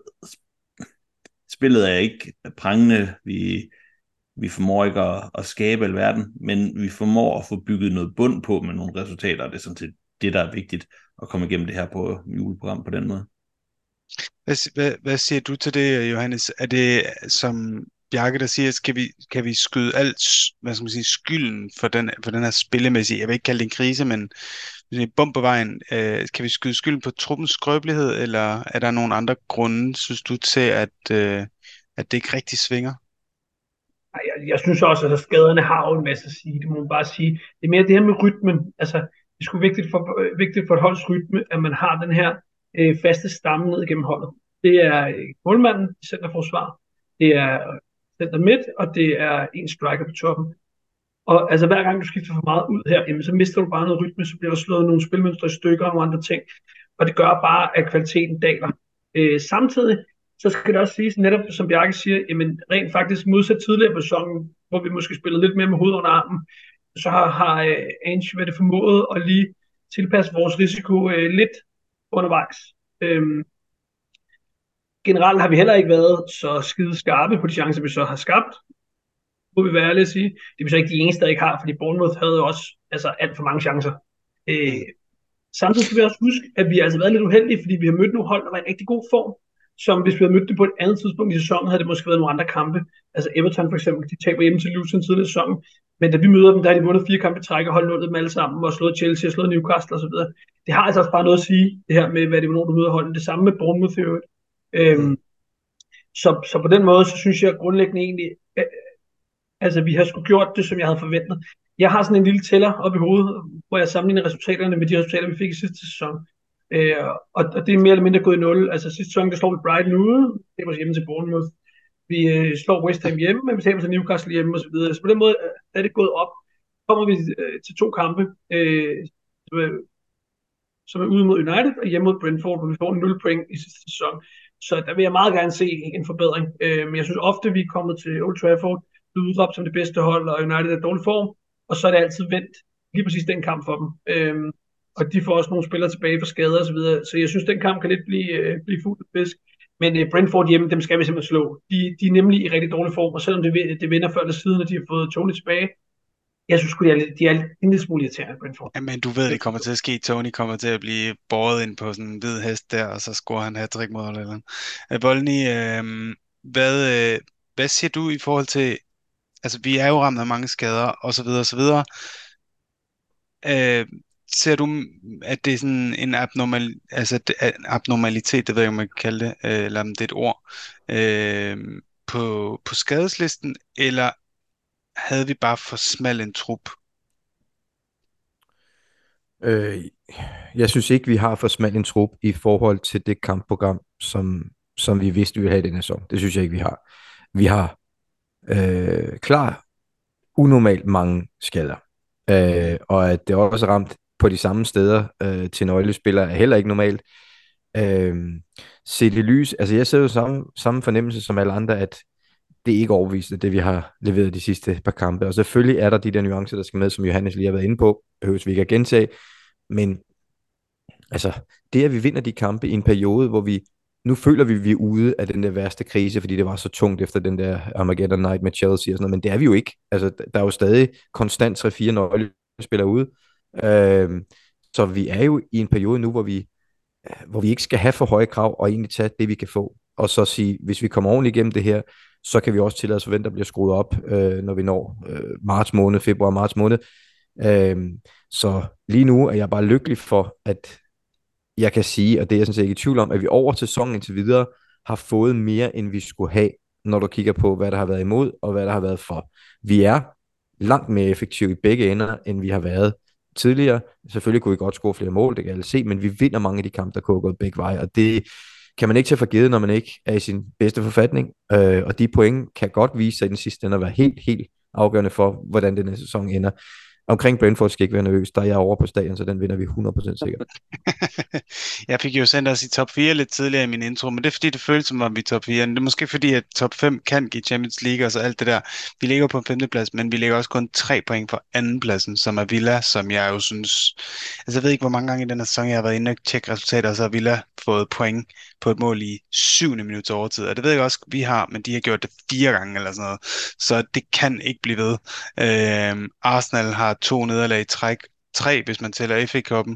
er ikke prangende. Vi formår ikke at skabe alverden, men vi formår at få bygget noget bund på med nogle resultater, og det er sådan set det, der er vigtigt at komme igennem det her på juleprogram på den måde. Hvad siger du til det, Johannes? Er det, som Bjarke der siger, kan vi skyde alt, hvad skal man sige, skylden for den her spillemæssige, jeg vil ikke kalde det en krise, men en bump på vejen, kan vi skyde skylden på truppens skrøbelighed, eller er der nogle andre grunde, synes du, til at det ikke rigtig svinger? Jeg synes også, at skaderne har jo en masse at sige. Det må man bare sige. Det er mere det her med rytmen. Altså, det er sgu vigtigt for et holds rytme, at man har den her faste stamme ned igennem holdet. Det er målmanden i centerforsvar, det er center midt, og det er en striker på toppen. Og altså hver gang du skifter for meget ud her, jamen, så mister du bare noget rytme, så bliver der slået nogle spilmønstre i stykker og nogle andre ting. Og det gør bare, at kvaliteten daler. Samtidig så skal det også siges, netop som Bjarke siger, jamen rent faktisk modsat tidligere på sæsonen, hvor vi måske spillede lidt mere med hovedet under armen, så har Ange været det formået at lige tilpasse vores risiko lidt undervejs. Generelt har vi heller ikke været så skide skarpe på de chancer, vi så har skabt. Må vi være ærlige at sige. Det er så ikke de eneste, der ikke har, fordi Bournemouth havde jo også alt for mange chancer. Samtidig skal vi også huske, at vi har altså været lidt uheldige, fordi vi har mødt nogle hold, der var i en rigtig god form, som hvis vi havde mødt det på et andet tidspunkt i sæsonen, havde det måske været nogle andre kampe. Altså Everton for eksempel, de taber hjemme til Luton tidligere i sæsonen, men da vi møder dem, der har de vundet 4 kampe i træk og holdt nullet dem alle sammen, og slået Chelsea og slået Newcastle osv. Det har altså også bare noget at sige, det her med, hvad det er, når du møder holden. Det samme med Bournemouth i øvrigt. Så på den måde, så synes jeg grundlæggende egentlig, altså vi har sgu gjort det, som jeg havde forventet. Jeg har sådan en lille tæller op i hovedet, hvor jeg sammenligner resultaterne med de resultater, vi fik i sidste sæson. Og det er mere eller mindre gået i 0. Altså sidste sæson, der slår vi Brighton ude, det var hjemme til Bournemouth. Vi slår West Ham hjemme, men vi taber til Newcastle hjemme osv. Så på den måde er det gået op. Kommer vi til 2 kampe, som er ude mod United og hjemme mod Brentford, hvor vi får 0 point i sidste sæson. Så der vil jeg meget gerne se en forbedring. Men jeg synes ofte, vi er kommet til Old Trafford, blevet udråbt som det bedste hold, og United er i dårlig form, og så er det altid vendt lige præcis den kamp for dem. Og de får også nogle spillere tilbage for skader og så videre. Så jeg synes, den kamp kan lidt blive fuldt fisk. Men Brentford hjemme, dem skal vi simpelthen slå. De er nemlig i rigtig dårlig form, og selvom det vinder før eller siden, og de har fået Tony tilbage, jeg synes de er en lille smule irriterende, Brentford. Jamen, du ved, det kommer til at ske. Tony kommer til at blive båret ind på sådan en hvid hest der, og så scorer han hat-trick mod eller Volny, hvad siger du i forhold til, altså vi er jo ramt af mange skader, og så videre, og så videre. Ser du, at det er sådan en abnormalitet, det ved jeg, om man kan kalde det, eller om det er et ord, på skadeslisten, eller havde vi bare for smal en trup? Jeg synes ikke, vi har for smal en trup i forhold til det kampprogram, som vi vidste, vi ville have i denne sæson. Det synes jeg ikke, vi har. Vi har klar unormalt mange skader. Og at det også er ramt på de samme steder til nøglespillere er heller ikke normalt. Set i lys, altså jeg ser jo samme fornemmelse som alle andre, at det er ikke overbevist, det vi har leveret de sidste par kampe. Og selvfølgelig er der de der nuancer, der skal med, som Johannes lige har været inde på. Behøves vi ikke at gentage. Men altså, det at vi vinder de kampe i en periode, hvor nu føler vi er ude af den der værste krise, fordi det var så tungt efter den der Armageddon Night med Chelsea og sådan noget, men det er vi jo ikke. Altså, der er jo stadig konstant 3-4 nøglespillere ude. Så vi er jo i en periode nu, hvor vi ikke skal have for høje krav, og egentlig tage det, vi kan få. Og så sige, hvis vi kommer ordentligt igennem det her, så kan vi også tillade os forvente, at der bliver skruet op, når vi når februar-marts måned. Så lige nu er jeg bare lykkelig for, at jeg kan sige, og det er jeg sådan set ikke i tvivl om, at vi over sæsonen indtil videre har fået mere, end vi skulle have, når du kigger på, hvad der har været imod, og hvad der har været for. Vi er langt mere effektive i begge ender, end vi har været tidligere. Selvfølgelig kunne vi godt score flere mål, det kan alle se, men vi vinder mange af de kampe, der kunne have gået begge veje, og det kan man ikke tage for givet, når man ikke er i sin bedste forfatning, og de point kan godt vise sig i den sidste ende at være helt, helt afgørende for, hvordan den sæson ender. Omkring Brentford skal ikke være nervøs, der er jeg over på stadion, så den vinder vi 100% sikkert. Jeg fik jo sendt os i top 4 lidt tidligere i min intro, men det er fordi, det føles som om vi er top 4. Det er måske fordi, at top 5 kan give Champions League og så alt det der. Vi ligger på en 5. plads, men vi ligger også kun 3 point fra anden pladsen, som er Villa, som jeg jo synes... Altså jeg ved ikke, hvor mange gange i den her sæson, jeg har været inde og tjekke resultater, og så har Villa fået point på et mål i 7. minut overtid. Og det ved jeg også, vi har, men de har gjort det 4 gange eller sådan noget. Så det kan ikke blive ved. Arsenal har 2 nederlag i træk. 3, hvis man tæller FA-cupen.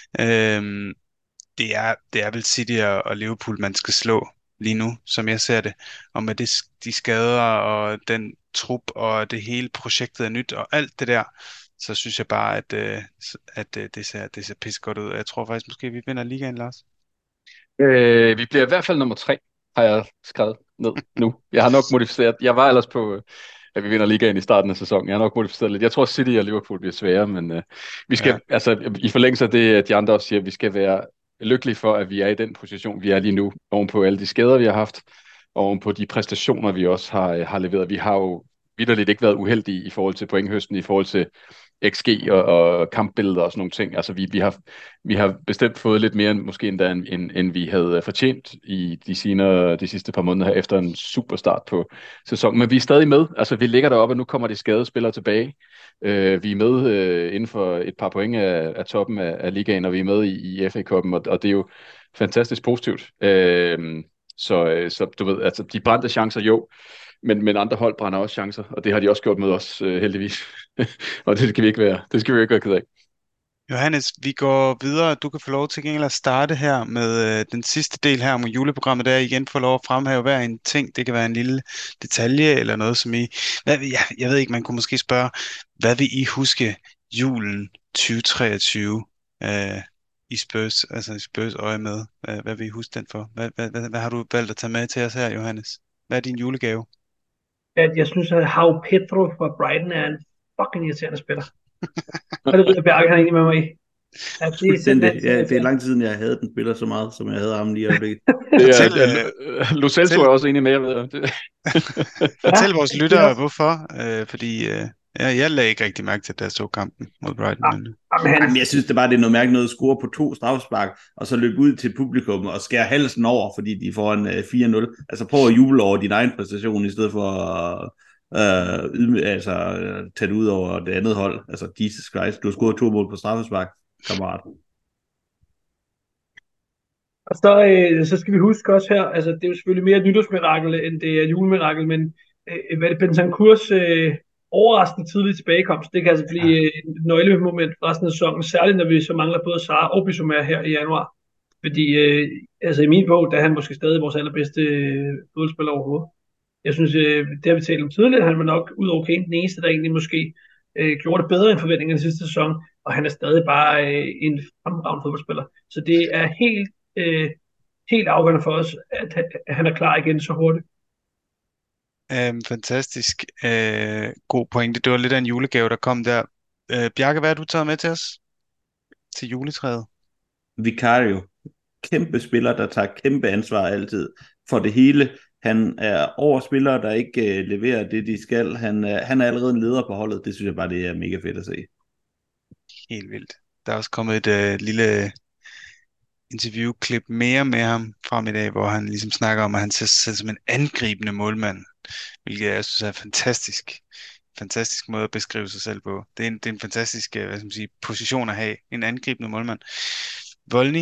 Det er vel City og Liverpool, man skal slå lige nu, som jeg ser det. Og med de skader og den trup og det hele projektet er nyt og alt det der, så synes jeg bare, at det ser pisse godt ud. Jeg tror faktisk måske, vi vinder ligaen, Lars. Vi bliver i hvert fald nummer 3, har jeg skrevet ned nu. Jeg har nok modificeret. Jeg var ellers på, at vi vinder ligaen i starten af sæsonen. Jeg har nok modificeret lidt. Jeg tror, City og Liverpool bliver svære, men vi skal, altså i forlængelse af det, de andre også siger, vi skal være lykkelige for, at vi er i den position, vi er lige nu, ovenpå alle de skader, vi har haft, og ovenpå de præstationer, vi også har leveret. Vi har jo vitterligt ikke været uheldige i forhold til pointhøsten, i forhold til XG og kampbilleder og sådan nogle ting. Altså vi har bestemt fået lidt mere måske endda, end vi havde fortjent i de sidste par måneder her efter en super start på sæsonen. Men vi er stadig med. Altså vi ligger deroppe, og nu kommer de skadede spillere tilbage. Vi er med inden for et par point af toppen af ligaen, og vi er med i FA-cupen, og det er jo fantastisk positivt. Så du ved, altså de brændte chancer jo, men andre hold brænder også chancer, og det har de også gjort med os, heldigvis. Og det skal vi ikke være ked af. Johannes, vi går videre. Du kan få lov til gengæld at starte her med den sidste del her om juleprogrammet, der igen får lov at fremhæve hver en ting. Det kan være en lille detalje eller noget, som jeg ved ikke, man kunne måske spørge, hvad vil I huske julen 2023 i Spurs øje med? Hvad vil I huske den for? Hvad har du valgt at tage med til os her, Johannes? Hvad er din julegave? At jeg synes, at João Pedro fra Brighton er en fucking irriterende spiller. Og det ved jeg, Bjarke har egentlig med mig i. Ja, det er lang tid siden, jeg havde den spiller så meget, som jeg havde ham lige i øjeblikket. Lo Celso er også enig med, jeg ved. Fortæl vores lyttere, hvorfor. Fordi jeg lagde ikke rigtig mærke til, at jeg så kampen mod Brighton. Jamen, jeg synes det bare, det er noget mærkeligt noget at score på 2 straffespark, og så løbe ud til publikum og skære halsen over, fordi de får en 4-0. Altså prøv at juble over din egen præstation, i stedet for at tage det ud over det andet hold. Altså Jesus Christ, du har scoret 2 mål på straffespark, kammerat. Og så skal vi huske også her, altså det er jo selvfølgelig mere et nytårsmirakel, end det er et julemirakel, men hvad er det, Bentancurs overraskende tidlig tilbagekomst, det kan altså blive et nøglemoment resten af sæsonen, særligt når vi så mangler både Sara og Bissouma her i januar. Fordi altså i min bog, der er han måske stadig vores allerbedste fodboldspiller overhovedet. Jeg synes, det har vi talt om tidligere, han var nok ud over Kane den eneste, der egentlig måske gjorde det bedre end forventningerne sidste sæson, og han er stadig bare en fremragende fodboldspiller. Så det er helt afgørende for os, at han er klar igen så hurtigt. Fantastisk. God pointe. Det var lidt af en julegave, der kom der. Bjarke, hvad har du taget med til os? Til juletræet? Vicario. Kæmpe spiller, der tager kæmpe ansvar altid for det hele. Han er over spillere, der ikke leverer det, de skal. Han er allerede en leder på holdet. Det synes jeg bare, det er mega fedt at se. Helt vildt. Der er også kommet et lille interviewklip mere med ham frem i dag, hvor han ligesom snakker om, at han ser sig selv som en angribende målmand, hvilket jeg synes er fantastisk måde at beskrive sig selv på. Det er en fantastisk position at have, en angribende målmand. Volny,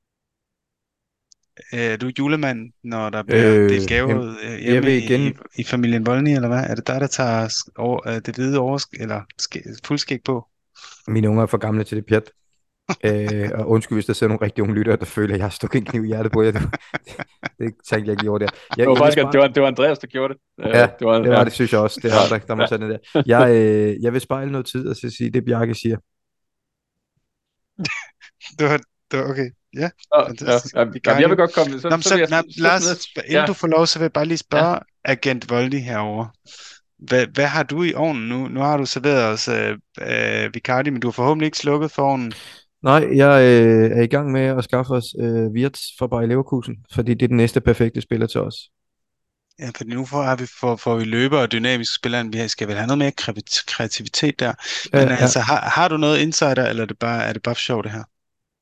er du julemand, når der bliver delt gaver hjemme i familien Volny, eller hvad? Er det der tager det hvide eller fuldskæg på? Mine unger er for gamle til det pjat. Og undskyld, hvis der sidder nogle rigtig unge lyttere, der føler, at jeg har stukket en kniv i hjertet på jer. Det tænkte jeg ikke over der. Det var Andreas, der gjorde det. Det synes jeg også. Det var der må sætte det der. Jeg vil spejle noget tid og så sige det, Bjarke siger. Det var okay. Ja, Ja, fantastisk. ja. Jeg vil godt komme, Nå, men så vil jeg Lars, inden ja, du får lov, så vil jeg bare lige ja. spørge Agent Voldy herovre. Hvad har du i ovnen nu? Nu har du serveret os Vicardi, men du har forhåbentlig ikke slukket for ovnen. Nej, jeg er i gang med at skaffe os Wirtz fra Bayer Leverkusen, fordi det er den næste perfekte spiller til os. Ja, for nu får vi løber og dynamiske spillere. Vi skal vel have noget mere kreativitet der. Men Ja, altså, har du noget insider, eller er det bare for sjov, det her?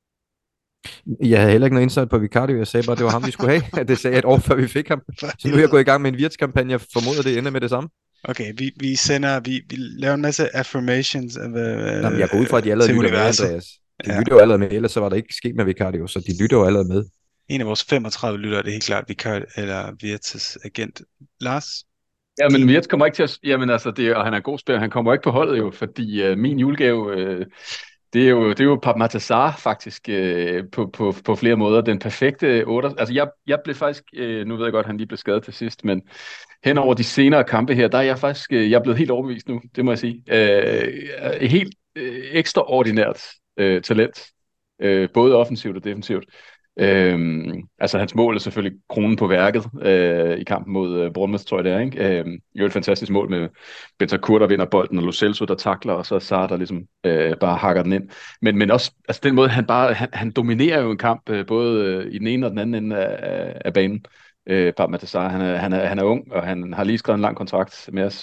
jeg havde heller ikke noget insight på Vicario. Jeg sagde bare, at det var ham, vi skulle have. Det sagde jeg et år før vi fik ham. Så nu er jeg gået i gang med en Wirtz-kampagne. Jeg formoder, det ender med det samme. Okay, vi laver en masse affirmations Jamen, jeg går ud fra, at de allerede til lytter med, universet. Andreas. De Ja. lytter jo allerede med, ellers så var der ikke sket med Vicario, så de lytter jo allerede med. En af vores 35 lyttere, det er helt klart Vicario eller Wirtz's agent. Lars? Ja, men Wirtz kommer ikke til at... Jamen altså, og han er en god spiller. Han kommer ikke på holdet jo, fordi min julegave... det er jo Pape Matar faktisk på flere måder. Den perfekte 8. Altså jeg blev faktisk, nu ved jeg godt, at han lige blev skadet til sidst, men hen over de senere kampe her, der er jeg faktisk, jeg er blevet helt overbevist nu, det må jeg sige. Helt ekstraordinært talent, både offensivt og defensivt. Altså hans mål er selvfølgelig kronen på værket i kampen mod Bournemouth, tror jeg det er, ikke? Jo et fantastisk mål med Bentancur, der vinder bolden, og Lo Celso, der takler, og så Sarr, der ligesom bare hakker den ind. Men også altså den måde, han dominerer jo en kamp, både i den ene og den anden ende af banen. Pape Matar, han er ung, og han har lige skrevet en lang kontrakt med os,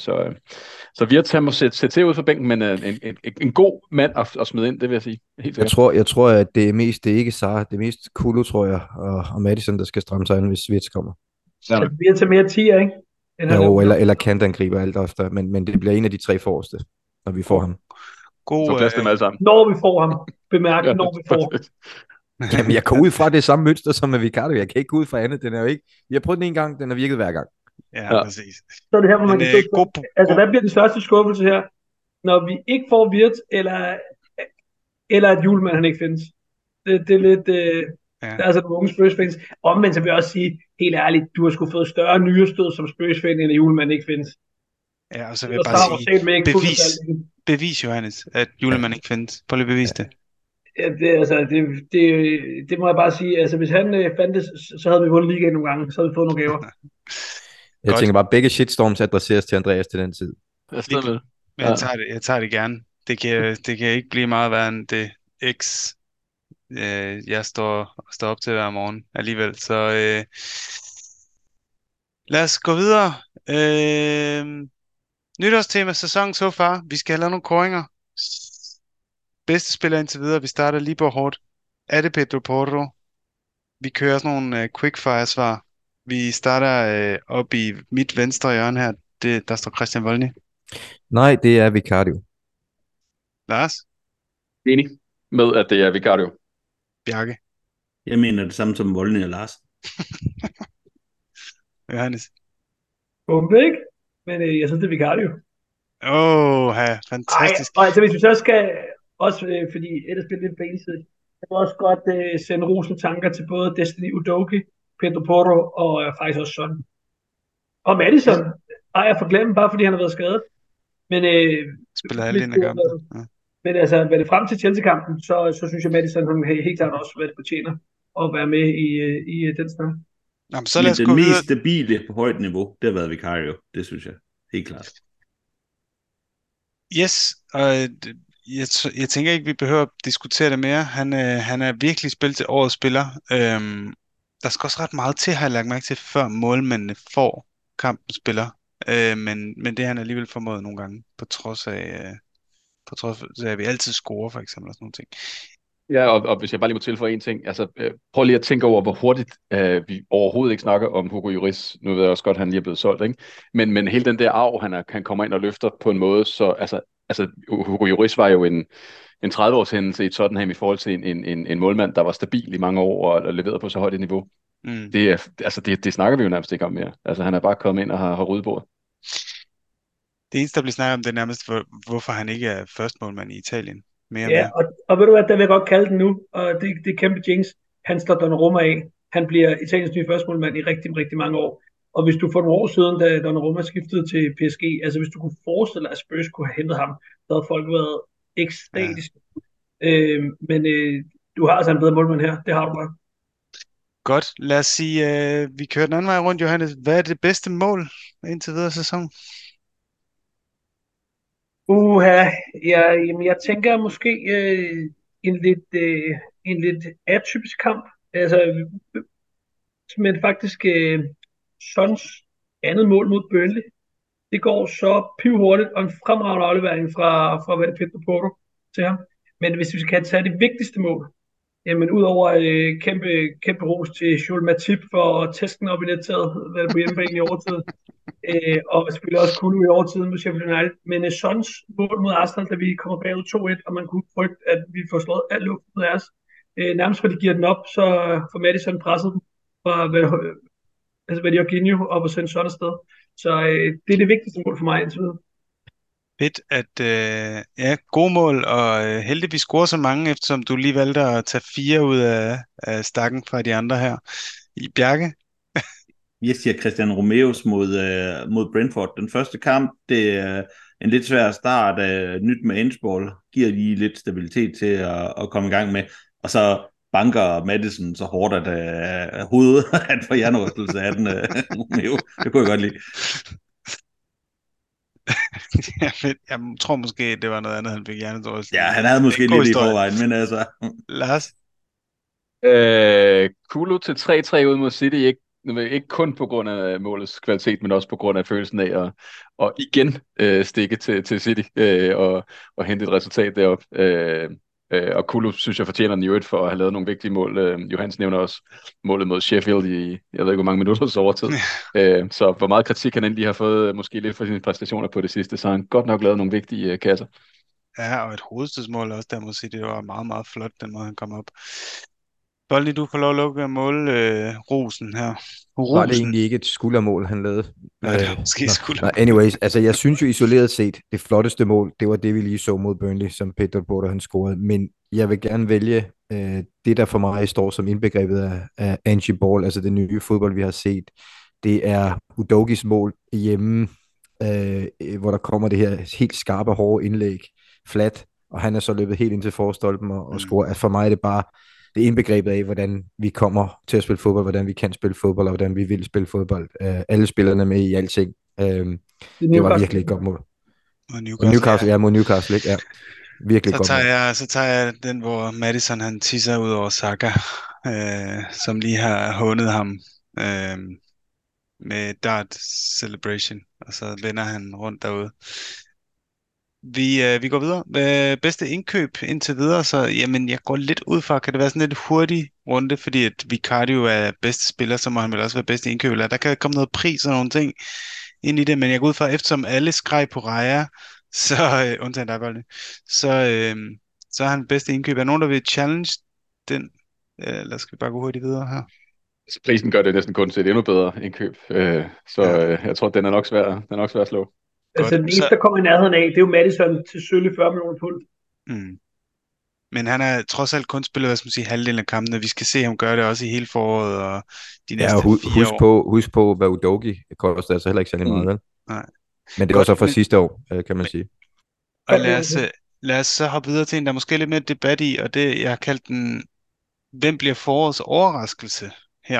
så Wirtz, han må sætte til ud for bænken, men en god mand at smide ind, det vil jeg sige. Helt sikkert. Jeg tror, at det er ikke Sarr, det er mest Kulu, tror jeg, og Madison, der skal stramme sig ind, hvis Wirtz kommer. Ja. Det bliver til mere 10'er, ikke? Jo, eller kantangriber alt ofte, men det bliver en af de 3 forreste, når vi får ham. Så plads dem alle sammen. Når vi får ham. Bemærk, når vi får. Jamen, jeg går ud fra det samme mønster som med Vicario. Jeg kan ikke gå ud fra andet. Den er jo ikke... Vi har prøvet den en gang, den har virket hver gang. Ja, præcis. Så er det her, hvor man kan stå. Altså, hvad bliver den største skuffelse her? Når vi ikke får Wirtz, eller at Hjulmand han ikke findes. Det er lidt... Der er altså nogle unge Spurs-fans. Omvendt så vil jeg også sige, helt ærligt, du har sgu fået større nyrestød som Spurs-fan, end at Hjulmand ikke findes. Ja, og så vil jeg bare sige, bevis Johannes, at Hjulmand ikke findes. Prøv lige at bevise det. Ja, det må jeg bare sige. Altså, hvis han fandtes, så havde vi vundet ligaen nogle gange. Så havde vi fået nogle gaver. Jeg tænker bare, at begge shitstorms adresseres til Andreas til den tid. Jeg tager det gerne. Det kan ikke blive meget værre end det X, jeg står op til hver morgen alligevel. Så lad os gå videre. Nytårstema sæson so far. Vi skal have lavet nogle kåringer. Bedste spiller indtil videre. Vi starter lige på hårdt. Er det Pedro Porro? Vi kører sådan nogle quickfire-svar. Vi starter op i mit venstre hjørne her. Der står Christian Volny. Nej, det er Vicario. Lars? Enig med, at det er Vicario. Bjarke? Jeg mener det samme som Volny og Lars. Johannes? Bombe, ikke? Men jeg synes, det er Vicario. Fantastisk. Ej, altså hvis vi så skal, også fordi ellers bliver det lidt bensidigt, jeg vil også godt sende rosende tanker til både Destiny Udogie, Pedro Porro og faktisk også Son. Og Madison, jeg får glemt, bare fordi han har været skadet. Men, spiller halvdelen af kampen. Ja. Men altså, hvad det frem til Chelsea-kampen, så synes jeg, Madison han helt klart også hvad det fortjener at være med i den snak. Jamen, så lad os den gå mest videre. stabile på højt niveau, det har været Vicario. Det synes jeg. Helt klart. Yes, og jeg tænker ikke, vi behøver at diskutere det mere. Han er virkelig spillet til årets spiller. Der skal også ret meget til, har jeg lagt mærke til, før målmændene får kampens spiller. Men det har han alligevel formået nogle gange, på trods af, at vi altid scorer, for eksempel, og sådan nogle ting. Ja, og hvis jeg bare lige må tilføje en ting, altså prøv lige at tænke over, hvor hurtigt vi overhovedet ikke snakker om Hugo Lloris. Nu ved jeg også godt, at han lige er blevet solgt, ikke? Men hele den der arv, han kommer ind og løfter på en måde, så altså Hugo Lloris var jo en 30-års hændelse i Tottenham i forhold til en målmand, der var stabil i mange år og leverede på så højt et niveau. Det snakker vi jo nærmest ikke om mere. Altså han er bare kommet ind og har ryddet bordet. Det eneste, der bliver snakket om, det er nærmest, hvorfor han ikke er førstmålmand i Italien. Mere. Og ved du hvad, der vil jeg godt kalde den nu, og det er kæmpe jinx. Han står Donnarumma af. Han bliver Italiens nye førstmålmand i rigtig, rigtig mange år. Og hvis du for nogle år siden, da Donnarumma skiftede til PSG, altså hvis du kunne forestille dig, at Spurs kunne have hentet ham, så havde folk været ekstatiske. Men du har altså en bedre målmand her. Det har du bare. Godt. Lad os sige, vi kører den anden vej rundt, Johannes. Hvad er det bedste mål indtil videre sæson? Uha, jamen, jeg tænker måske en lidt atypisk kamp. Altså, men faktisk Sons andet mål mod Burnley. Det går så pivhurtigt, og en fremragende aflevering fra hvad det Pedro Porro til ham. Men hvis vi skal tage det vigtigste mål, jamen udover kæmpe ros til Joel Matip for testen op i nettaget, hvad det på hjemmebane i overtiden, og selvfølgelig også Kulu i overtiden mod Sheffield United. Men Sons mål mod Arsenal, da vi kommer bagud 2-1, og man kunne frygte, at vi får slået alt luft ud af os. Nærmest for de giver den op, så får Madison presset dem fra hvad de Jorginho op og sende Son afsted. Så det er det vigtigste mål for mig indtil videre. Fedt, at ja, gode mål, og heldigvis scorer så mange, eftersom du lige valgte at tage 4 ud af stakken fra de andre her. I Bjarke? Jeg siger Christian Romeos mod Brentford. Den første kamp, det er en lidt svær start af nyt med Angeball, giver lige lidt stabilitet til at komme i gang med, og så banker Madison så hårdt, at hovedet han får hjernerystelse af den Romeo. Det kunne jeg godt lide. Ja, fedt. Jeg tror måske, det var noget andet, han fik hjernerystelse. Ja, han havde måske lidt i forvejen, men altså... Lars? Kulu til 3-3 ud mod City, ikke kun på grund af målets kvalitet, men også på grund af følelsen af at igen stikke til City og hente et resultat derop. Og Kulu synes jeg fortjener den i øvrigt for at have lavet nogle vigtige mål. Johannes nævner også målet mod Sheffield i, jeg ved ikke hvor mange minutters overtid. Så hvor meget kritik han endelig har fået, måske lidt for sine præstationer på det sidste, så har han godt nok lavet nogle vigtige kasser. Ja, og et hovedstødsmål også, der må sige, det var meget, meget flot, den måde han kom op. Bolli, du får lov at lukke rosen her. Rosen. Var det egentlig ikke et skuldermål, han lavede? Nej, det var måske skuldermål. Anyways, altså jeg synes jo isoleret set, det flotteste mål, det var det, vi lige så mod Burnley, som Pedro Porro han scorede. Men jeg vil gerne vælge det, der for mig står som indbegrebet af Angie Ball, altså det nye fodbold, vi har set. Det er Udogis mål hjemme, hvor der kommer det her helt skarpe, hårde indlæg, flat, og han er så løbet helt ind til forstolpen og scorer. For mig er det bare det er indbegrebet af, hvordan vi kommer til at spille fodbold, hvordan vi kan spille fodbold, og hvordan vi vil spille fodbold. Alle spillerne med i alting. Det var virkelig et godt mål. Og Newcastle, ja, mod Newcastle, ikke? Ja. Virkelig godt mål. Så tager jeg den, hvor Madison han tisser ud over Saka, som lige har hånet ham med dart celebration, og så vender han rundt derude. Vi går videre. Bedste indkøb indtil videre, så jamen, jeg går lidt ud fra, kan det være sådan lidt hurtig runde, fordi at Vicario er bedste spiller, så må han vel også være bedste indkøb, eller der kan komme noget pris og nogle ting ind i det, men jeg går ud fra, eftersom alle skreg på Raja, så undtagen dig, Bolli, så er han bedste indkøb. Er nogen, der vil challenge den? Eller skal vi bare gå hurtigt videre her? Så prisen gør det næsten kun til et endnu bedre indkøb, jeg tror, den er nok svær at slå. Altså, den eneste, der kommer i nærheden af, det er jo Madison til sølle 40 millioner pund. Men han er trods alt kun spillet, hvad skal man sige, halvdelen af kampene. Vi skal se ham gøre det også i hele foråret og de næste 4 år. Husk på, hvad Udogi koster, altså heller ikke særlig meget, vel? Nej. Men det er også fra sidste år, kan man sige. Og lad os så hoppe videre til en, der er måske lidt mere debat i, og det, jeg har kaldt den, hvem bliver forårets overraskelse her?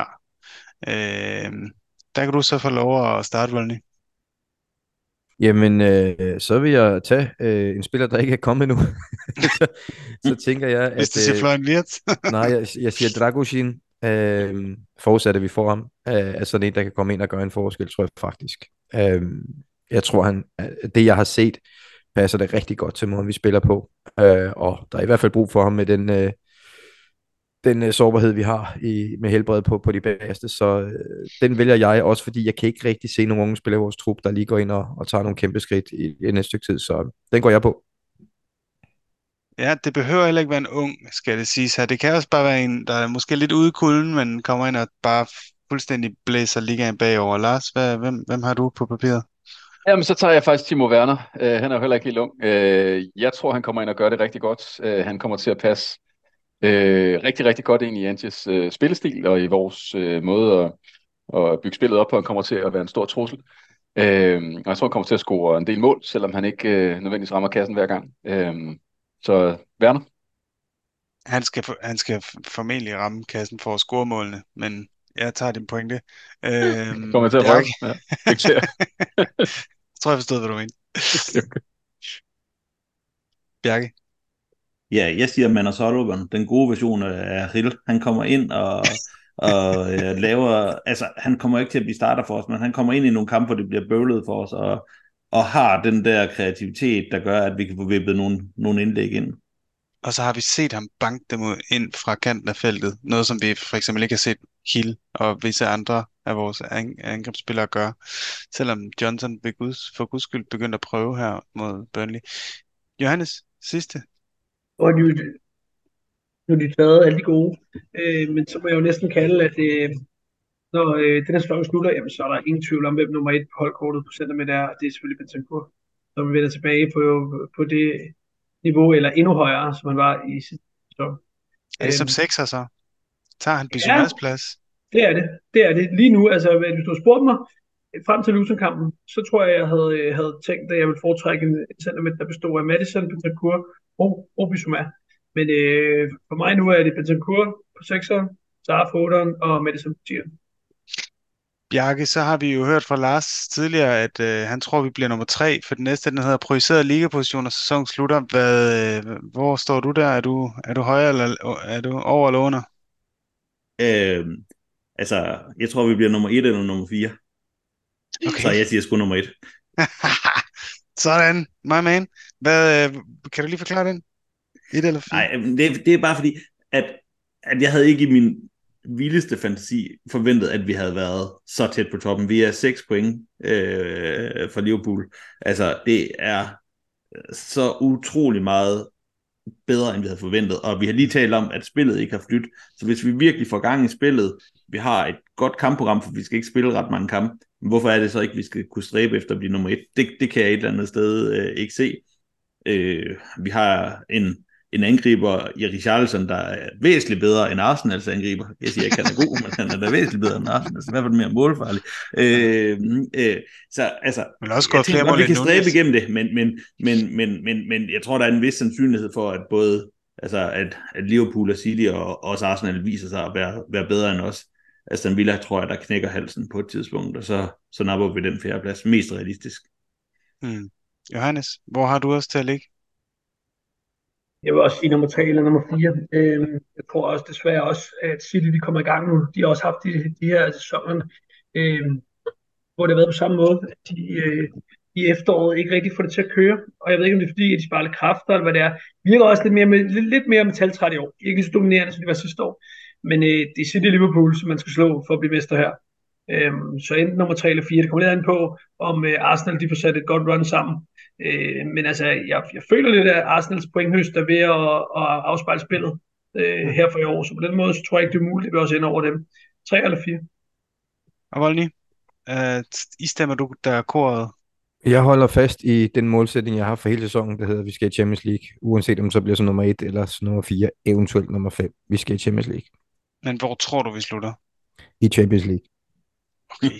Der kan du så få lov at starte, Volny. Jamen, så vil jeg tage en spiller, der ikke er kommet endnu. så tænker jeg, hvis du siger Florian Wirtz. nej, jeg siger Dragoshin. Forudsat, at vi får ham. Er sådan en, der kan komme ind og gøre en forskel, tror jeg faktisk. Jeg tror, det jeg har set, passer det rigtig godt til måden, vi spiller på. Og der er i hvert fald brug for ham med den sårbarhed, vi har med helbred på de bagerste, så den vælger jeg også, fordi jeg kan ikke rigtig se nogen unge spillere i vores trup, der lige går ind og tager nogle kæmpe skridt i næste stykke tid, så den går jeg på. Ja, det behøver heller ikke være en ung, skal det siges her. Det kan også bare være en, der er måske lidt ude i kulden, men kommer ind og bare fuldstændig blæser ligaen bagover. Lars, hvem har du på papiret? Jamen, så tager jeg faktisk Timo Werner. Han er jo heller ikke helt ung. Jeg tror, han kommer ind og gør det rigtig godt. Han kommer til at passe rigtig, rigtig godt ind i Anges spillestil og i vores måde at bygge spillet op på. Han kommer til at være en stor trussel. Og jeg tror, han kommer til at score en del mål, selvom han ikke nødvendigvis rammer kassen hver gang. Så Werner. Han skal formentlig ramme kassen for at score målene, men jeg tager din pointe. Kommer til at Bjarke. prøve. Ja. Diktere. Jeg tror, jeg forstod, hvad du mener. Okay. Bjarke. Ja, jeg siger Manu Sullivan, den gode version af Hill. Han kommer ind og laver, altså han kommer ikke til at blive starter for os, men han kommer ind i nogle kampe, hvor det bliver bøvlet for os, og har den der kreativitet, der gør, at vi kan få vippet nogle indlæg ind. Og så har vi set ham banke dem ind fra kanten af feltet. Noget, som vi for eksempel ikke har set Hill og visse andre af vores angrebsspillere gøre. Selvom Johnson for guds skyld begyndte at prøve her mod Burnley. Johannes, sidste. Og nu er de taget alle de gode. Men så må jeg jo næsten kalde, at når den her sæson slutter, jamen, så er der ingen tvivl om, hvem nummer 1 på holdkortet på center med er, og det er selvfølgelig Bentancur, som vender tilbage på det niveau, eller endnu højere, som han var i sidste sæson. Er det som sekser så? Tager han Bissoumas plads? Det er det. Det er det. Lige nu, altså hvis du har spurgt mig, frem til Luton-kampen, så tror jeg, jeg havde tænkt, at jeg ville foretrække en center, der består af Maddison, Bentancur og Bissouma. Men for mig nu er det Bentancur på 6'eren, Zaha på 8'eren og Maddison på 10'eren. Bjarke, så har vi jo hørt fra Lars tidligere, at han tror, vi bliver nummer 3 for den næste, den hedder projiceret ligaposition, og sæsonen slutter. Hvor står du der? Er du højere, eller er du over eller under? Altså, jeg tror, vi bliver nummer 1 eller nummer 4. Okay. Så jeg siger sgu nummer 1. Sådan, my man. Kan du lige forklare den? 1 eller 4? Nej, det er bare fordi, at jeg havde ikke i min vildeste fantasi forventet, at vi havde været så tæt på toppen. Vi er 6 point for Liverpool. Altså, det er så utrolig meget bedre, end vi havde forventet. Og vi har lige talt om, at spillet ikke har flyttet. Så hvis vi virkelig får gang i spillet, vi har et godt kampprogram, for vi skal ikke spille ret mange kampe. Men hvorfor er det så ikke, at vi skal kunne stræbe efter at blive nummer 1? Det kan jeg et eller andet sted ikke se. Vi har en angriber i Richarlison, der er væsentligt bedre end Arsenals angriber. Jeg siger ikke, han er god, men han er da væsentligt bedre end Arsenals. I hvert fald mere målfarlig. Så altså, jeg tænker godt, vi kan stræbe igennem det, men jeg tror, der er en vis sandsynlighed for, at både at Liverpool og City og også Arsenal viser sig at være bedre end os. Aston Villa tror jeg, der knækker halsen på et tidspunkt, og så napper vi den 4. plads mest realistisk. Johannes, hvor har du også til at ligge? Jeg vil også sige nummer 3 eller nummer 4. Jeg tror også desværre også, at City de kommer i gang nu. De har også haft de her sæsoner, hvor det har været på samme måde. De i efteråret ikke rigtig får det til at køre. Og jeg ved ikke, om det er fordi, at de sparer lidt kræfter, eller hvad det er. Virker også lidt mere metaltræt i år. Ikke så dominerende, som de var sidste år. Men det er City Liverpool, som man skal slå for at blive mester her. Så enten nummer 3 eller 4. Det kommer lidt an på, om Arsenal de får sat et godt run sammen. Men altså, jeg føler lidt, at Arsenals pointhøst er ved at afspejle spillet her for i år. Så på den måde, så tror jeg ikke, det er muligt, at vi også ender over dem. 3 eller 4. Og Volny, I stemmer du, der er koret? Jeg holder fast i den målsætning, jeg har for hele sæsonen, der hedder, at vi skal i Champions League. Uanset om så bliver som nummer 1 eller som nummer 4, eventuelt nummer 5. Vi skal i Champions League. Men hvor tror du, vi slutter? I Champions League. Okay.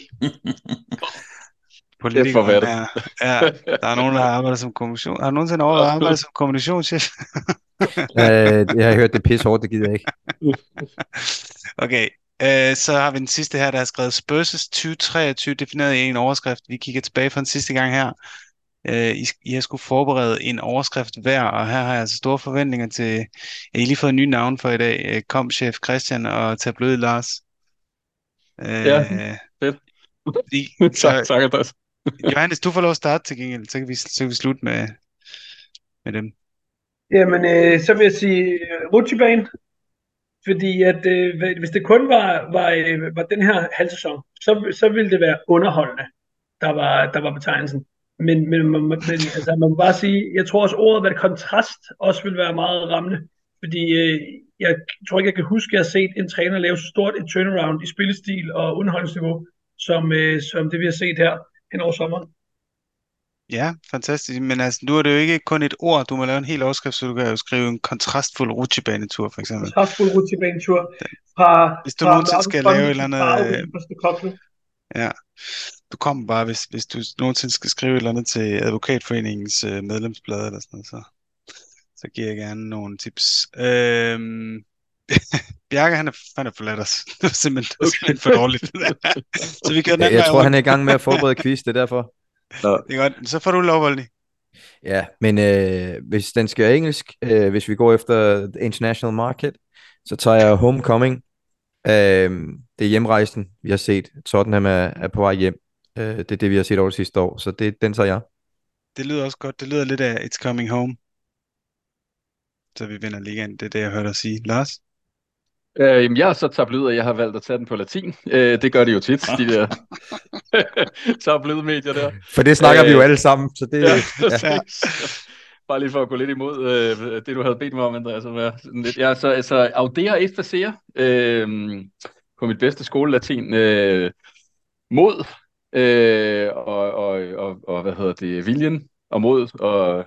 Politikerne der er nogen, der arbejder som kommission. Har du nogensinde overvejet at arbejde som kommunikationschef? Jeg har hørt det pisse hårdt, det gider jeg ikke. Okay, så har vi den sidste her, der har skrevet Spurs' 2023 defineret i en overskrift. Vi kigger tilbage fra den sidste gang her. I har skulle forberede en overskrift hver, og her har jeg altså store forventninger til, at I lige fået en ny navn for i dag. Kom-chef Christian og tabloid Lars. Ja, fedt. Tak, Andreas. Johannes, du får lov at starte til gengæld, så kan vi slutte med dem. Jamen, så vil jeg sige rutsjebane, fordi at hvis det kun var den her halv sæson, så ville det være underholdende, der var betegnelsen. Men altså, man må bare sige, jeg tror også ordet, hvad kontrast også vil være meget rammende, fordi jeg tror ikke, jeg kan huske, at jeg har set en træner lave så stort et turnaround i spillestil og underholdningsniveau, som det vi har set her hen over sommeren. Ja, fantastisk. Men altså, nu er det jo ikke kun et ord. Du må lave en hel overskrift, så du kan jo skrive en kontrastfuld rutsjebanetur, for eksempel. Kontrastfuld rutsjebanetur. Hvis du nogensinde skal lave et eller andet... Ja, du kommer bare, hvis du nogensinde skal skrive et eller andet til Advokatforeningens medlemsblad eller sådan noget, så Så giver jeg gerne nogle tips. Bjarke, han er forladt os. Det var simpelthen for dårligt. Så vi kører den anden Jeg vej tror, han rundt. er i gang med at forberede quiz, det er derfor. Det er godt. Så får du lov, Volny. Ja, men hvis den skal være engelsk, hvis vi går efter the international market, så tager jeg Homecoming. Det er hjemrejsen, vi har set. Tottenham er på vej hjem. Det er det, vi har set over det sidste år, så den tager jeg. Det lyder også godt. Det lyder lidt af It's Coming Home. Så vi vinder ligaen. Det er det, jeg hørte dig sige. Lars? Jamen, jeg er så tabloid, at jeg har valgt at tage den på latin. Det gør de jo tit, de der tabloid-medier der. For det snakker vi jo alle sammen, så det... Ja, ja. Bare lige for at gå lidt imod det, du havde bedt mig om, Andreas. Så Audere et facere på mit bedste skolelatin mod og hvad hedder det, viljen og mod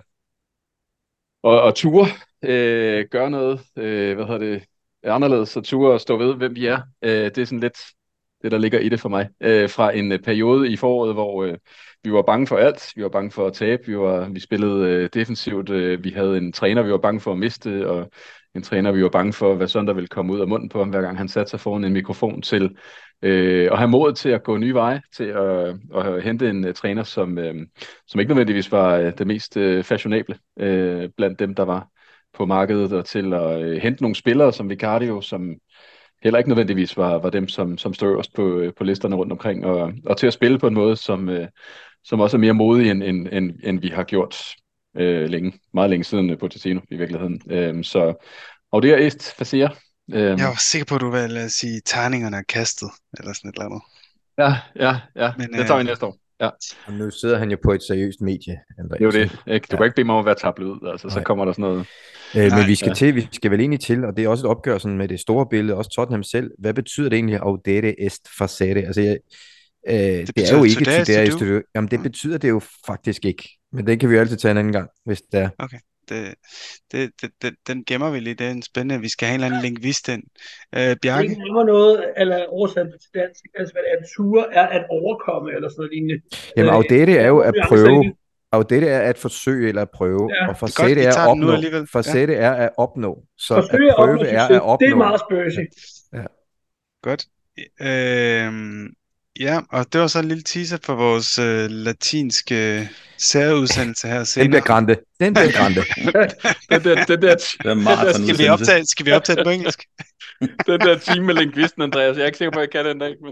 og ture gøre noget, hvad hedder det, anderledes, så ture og stå ved, hvem vi er. Det er sådan lidt det, der ligger i det for mig. Fra en periode i foråret, hvor vi var bange for alt. Vi var bange for at tabe. Vi spillede defensivt. Vi havde en træner, vi var bange for at miste, og en træner, vi var bange for, hvad sådan der ville komme ud af munden på ham, hver gang han satte sig foran en mikrofon til at have mod til at gå nye veje, til at hente en træner, som ikke nødvendigvis var det mest fashionable blandt dem, der var på markedet, og til at hente nogle spillere som Vicario, som heller ikke nødvendigvis var dem, som stod øverst på listerne rundt omkring, og til at spille på en måde, som også er mere modig, end vi har gjort meget længe siden Pochettino i virkeligheden. Så Audere est facere. Jeg var sikker på, at du ville sige, terningerne er kastet, eller sådan et eller andet. Ja. Men, det tager vi næste år. Ja. Og nu sidder han jo på et seriøst medie, Andreas. Det er jo det. Ikke? Du kan ikke bede mig om at være tabloid, altså, så kommer der sådan noget. Men vi skal vel egentlig til, og det er også et opgør sådan med det store billede, også Tottenham selv. Hvad betyder det egentlig, Audere est facere? Altså, det er jo ikke til det studio. Jamen, det betyder det jo faktisk ikke. Men det kan vi jo altid tage en anden gang, hvis det er. Okay. Den gemmer vi lige. Det er en spændende. Vi skal have en eller anden lingvist ind. Bjarke? Det var noget, eller oversat til dansk, altså hvad det er, ture er at overkomme, eller sådan noget lignende. Jamen, Audere er jo at prøve. Audere er at forsøge eller at prøve, ja. og facete er at opnå. Facete er at opnå. Så forsøge at prøve er at opnå. Det er meget spørgsmål. Ja. Godt. Ja, og det var så en lille teaser for vores latinske særudsendelse her senere. Den bliver grande. Den der skal vi optage det på engelsk? Den der time med lingvisten, Andreas. Jeg er ikke sikker på, at jeg kan den dag, men...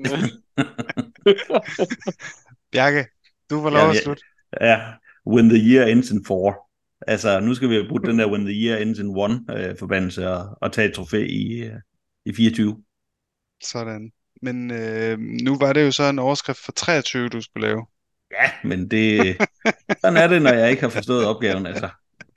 Bjarke, du får lov at slutte. Ja, when the year ends in 4. Altså, nu skal vi have brugt den der when the year ends in 1 forbandelse og tage et trofæ i 24. Sådan. Men nu var det jo så en overskrift for 23, du skulle lave. Ja, men det... sådan er det, når jeg ikke har forstået opgaven, altså.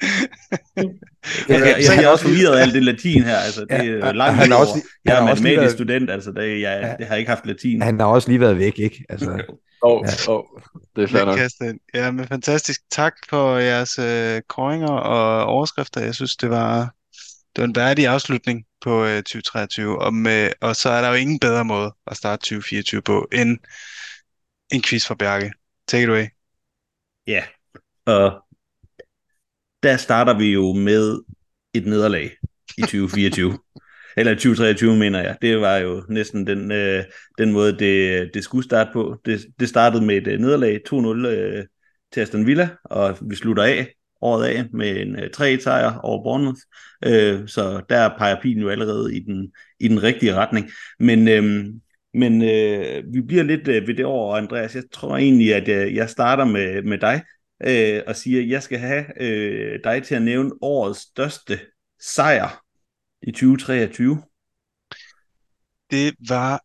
Jeg er også forvirret af alt det latin her, altså. Det er langt over. Jeg er matematisk student, altså. Jeg har ikke haft latin. Han har også lige været væk, ikke? Altså. Det er fair nok. Ja, men fantastisk. Tak for jeres kåringer og overskrifter. Jeg synes, det var en værdig afslutning på 2023, og så er der jo ingen bedre måde at starte 2024 på, end en quiz fra Bjarke. Take it away. Ja, og der starter vi jo med et nederlag i 2024. Eller 2023, mener jeg. Det var jo næsten den måde, det skulle starte på. Det startede med et nederlag 2-0 til Aston Villa, og vi slutter året af med en 3-1-sejr over Bournemouth. Så der peger pilen jo allerede i den rigtige retning. Men vi bliver lidt ved det år, Andreas. Jeg tror egentlig, at jeg starter med dig og siger, at jeg skal have dig til at nævne årets største sejr i 2023. Det var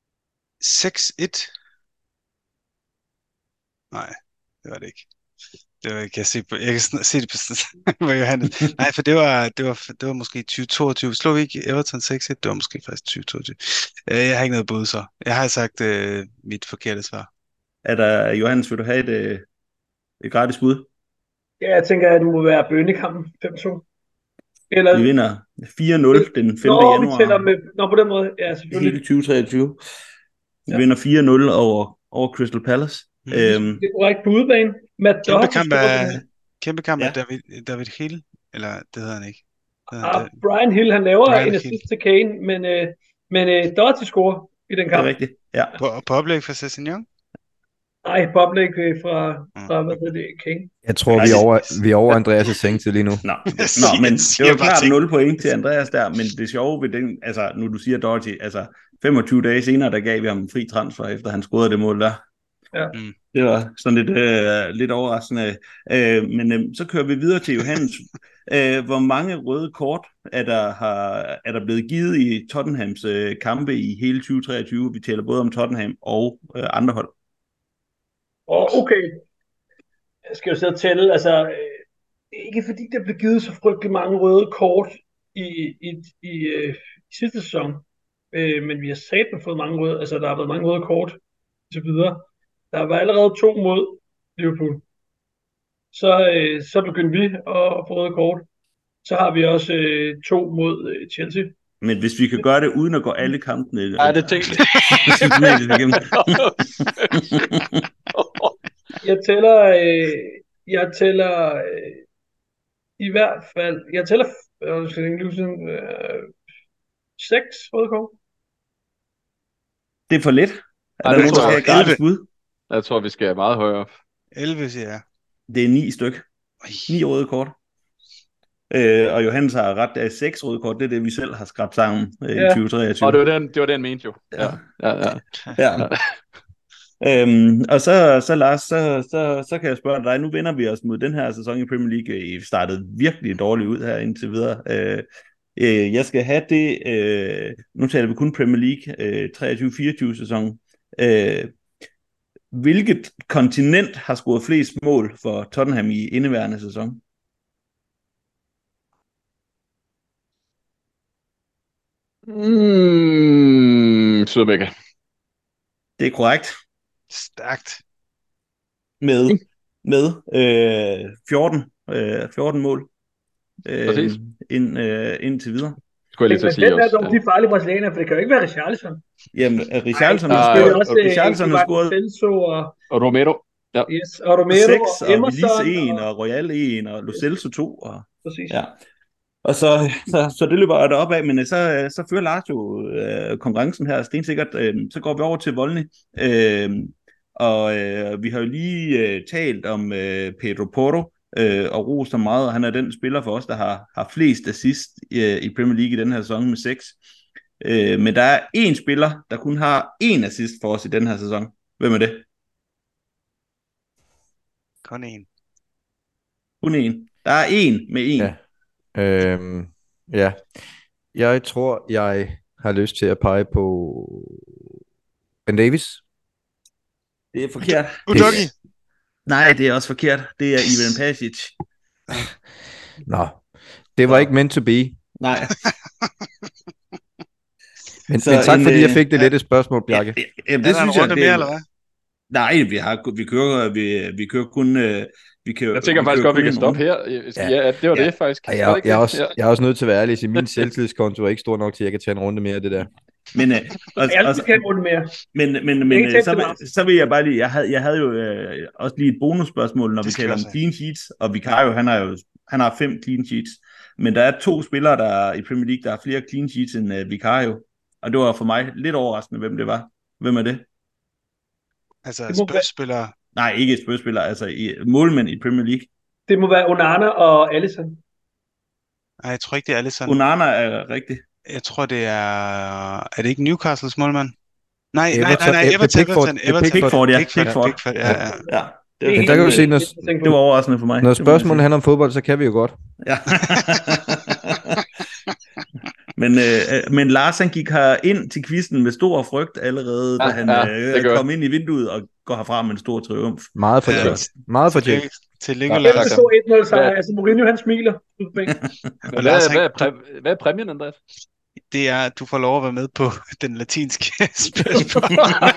6-1. Nej, det var det ikke. Det var, jeg kan se det på Johannes. Nej, for det var måske 2022. Slog vi ikke Everton 6-1? Det var måske faktisk 2022. Jeg har ikke noget bud så. Jeg har sagt mit forkerte svar. Er der, Johannes, vil du have et gratis bud? Ja, jeg tænker, at det må være bønnekampen 5-2. Eller... Vi vinder 4-0 den 5. januar. Vi tæller med... på den måde. Ja, selvfølgelig. Hele 2023. Vi vinder 4-0 over Crystal Palace. Det er korrekt på udebane. Kæmpe kamp af David Hill. Eller det hedder han ikke. Hedder han det? Brian Hill, han laver Brian en Hill. assist til Kane, men Doherty scorer i den Det er kamp. rigtigt. Ja. På oplæg for Sessignon? Nej, Boblek fra hvad hedder det, Kane. Jeg tror, vi er over Andreas' sengtid lige nu. Nå, siger- men jeg det siger var bare klart ting. 0 point til Andreas der, men det sjove ved den, altså nu du siger Doherty, altså 25 dage senere, der gav vi ham en fri transfer, efter han scorede det mål der. Ja. Det var sådan lidt overraskende. Men så kører vi videre til Johannes. Hvor mange røde kort er der blevet givet i Tottenhams kampe i hele 2023? Vi taler både om Tottenham og andre hold. Okay. Jeg skal jo sidde og tælle, altså ikke fordi der blev givet så frygtelig mange røde kort i sidste sæson, men vi har satme fået mange røde, altså der har været mange røde kort så videre. Der var allerede 2 mod Liverpool. Så begyndte vi at få røde kort. Så har vi også 2 mod Chelsea. Men hvis vi kan gøre det uden at gå alle kampene Ja, det tænkte systematisk igennem. Jeg tæller i hvert fald, jeg tæller 6 røde kort. Det er for lidt. Er Ej, der det nogen, tror der jeg skal have gratis bud? Jeg tror, vi skal meget højere op. 11, siger jeg. Det er 9 styk. Ej. 9 røde kort. Og Johannes har ret, der er 6 røde kort. Det er det, vi selv har skrabt sammen i 2023. Og det var den mente jo. Ja. Ja. Og så Lars, så kan jeg spørge dig, nu vender vi os mod den her sæson i Premier League. I startede virkelig dårligt ud her indtil videre. Jeg skal have det, nu taler vi kun Premier League 23-24 sæson. Hvilket kontinent har scoret flest mål for Tottenham i indeværende sæson? Sydamerika. Det er korrekt. Stærkt. Med 14 mål. Præcis. Indtil videre. Skulle jeg lige til Men at sige hvem er også. dog de farlige brasilianere, for det kan jo ikke være Richarlison. Jamen, Richarlison Nej, har der er scoret. også Richarlison har scoret Celso og, Og Romero. Ja. yes, og Romero 6, og og Emerson. Vilice 1, og Royal 1, og Lo Celso 2. Og, Præcis. ja. Og så det løber der op af, men så fører Lars jo konkurrencen her stensikkert. Så går vi over til Volny. Vi har jo lige talt om Pedro Porro, og rost ham meget, og han er den spiller for os, der har flest assist i Premier League i den her sæson med 6. Men der er én spiller, der kun har 1 assist for os i den her sæson. Hvem er det? Kun én. Kun 1. Der er 1 med 1. Ja. Ja. Jeg tror, jeg har lyst til at pege på Ben Davis. Det er forkert. Udogi. Nej, det er også forkert. Det er Ivan Pasic. Nå, det var ikke meant to be. Nej. Men tak, fordi jeg fik det lette spørgsmål, Bjarke. Jamen, Det det er der en synes jeg, runde mere, eller hvad? Nej, vi kører kun... Jeg tænker faktisk godt, vi kan stoppe her. Ja, det var det faktisk. Jeg er også nødt til at være ærlig og sige, min selvtidskonto er ikke stor nok til, at jeg kan tage en runde mere af det der. Men, Jeg skal have en runde mere. så vil jeg bare lige... Jeg havde jo også lige et bonusspørgsmål, når vi taler om clean sheets, og Vicario, han har 5 clean sheets, men der er 2 spillere, der i Premier League, der har flere clean sheets end Vicario, og det var for mig lidt overraskende, hvem det var. Hvem er det? Altså spørgspillere. Nej, ikke spørgspillere, altså målmænd i Premier League. Det må være Onana og Alisson. Nej, jeg tror ikke, det er Alisson. Onana er rigtigt. Jeg tror, det er... Er det ikke Newcastles målmand? Nej, Everton. Pickford, ja. Men der kan du se, det var overraskende for mig. Når spørgsmålet handler om fodbold, så kan vi jo godt. Ja. Men Lars, han gik her ind til quizzen med stor frygt allerede, da han kom ind i vinduet og går herfra med en stor triumf. Meget fortjent. Meget fortjent. Tillykke, Lars. Lars. Det er 1-0 sejr. Altså Mourinho, han smiler. Hvad er præmien, Andreas? Det er, at du får lov at være med på den latinske spørgsmål.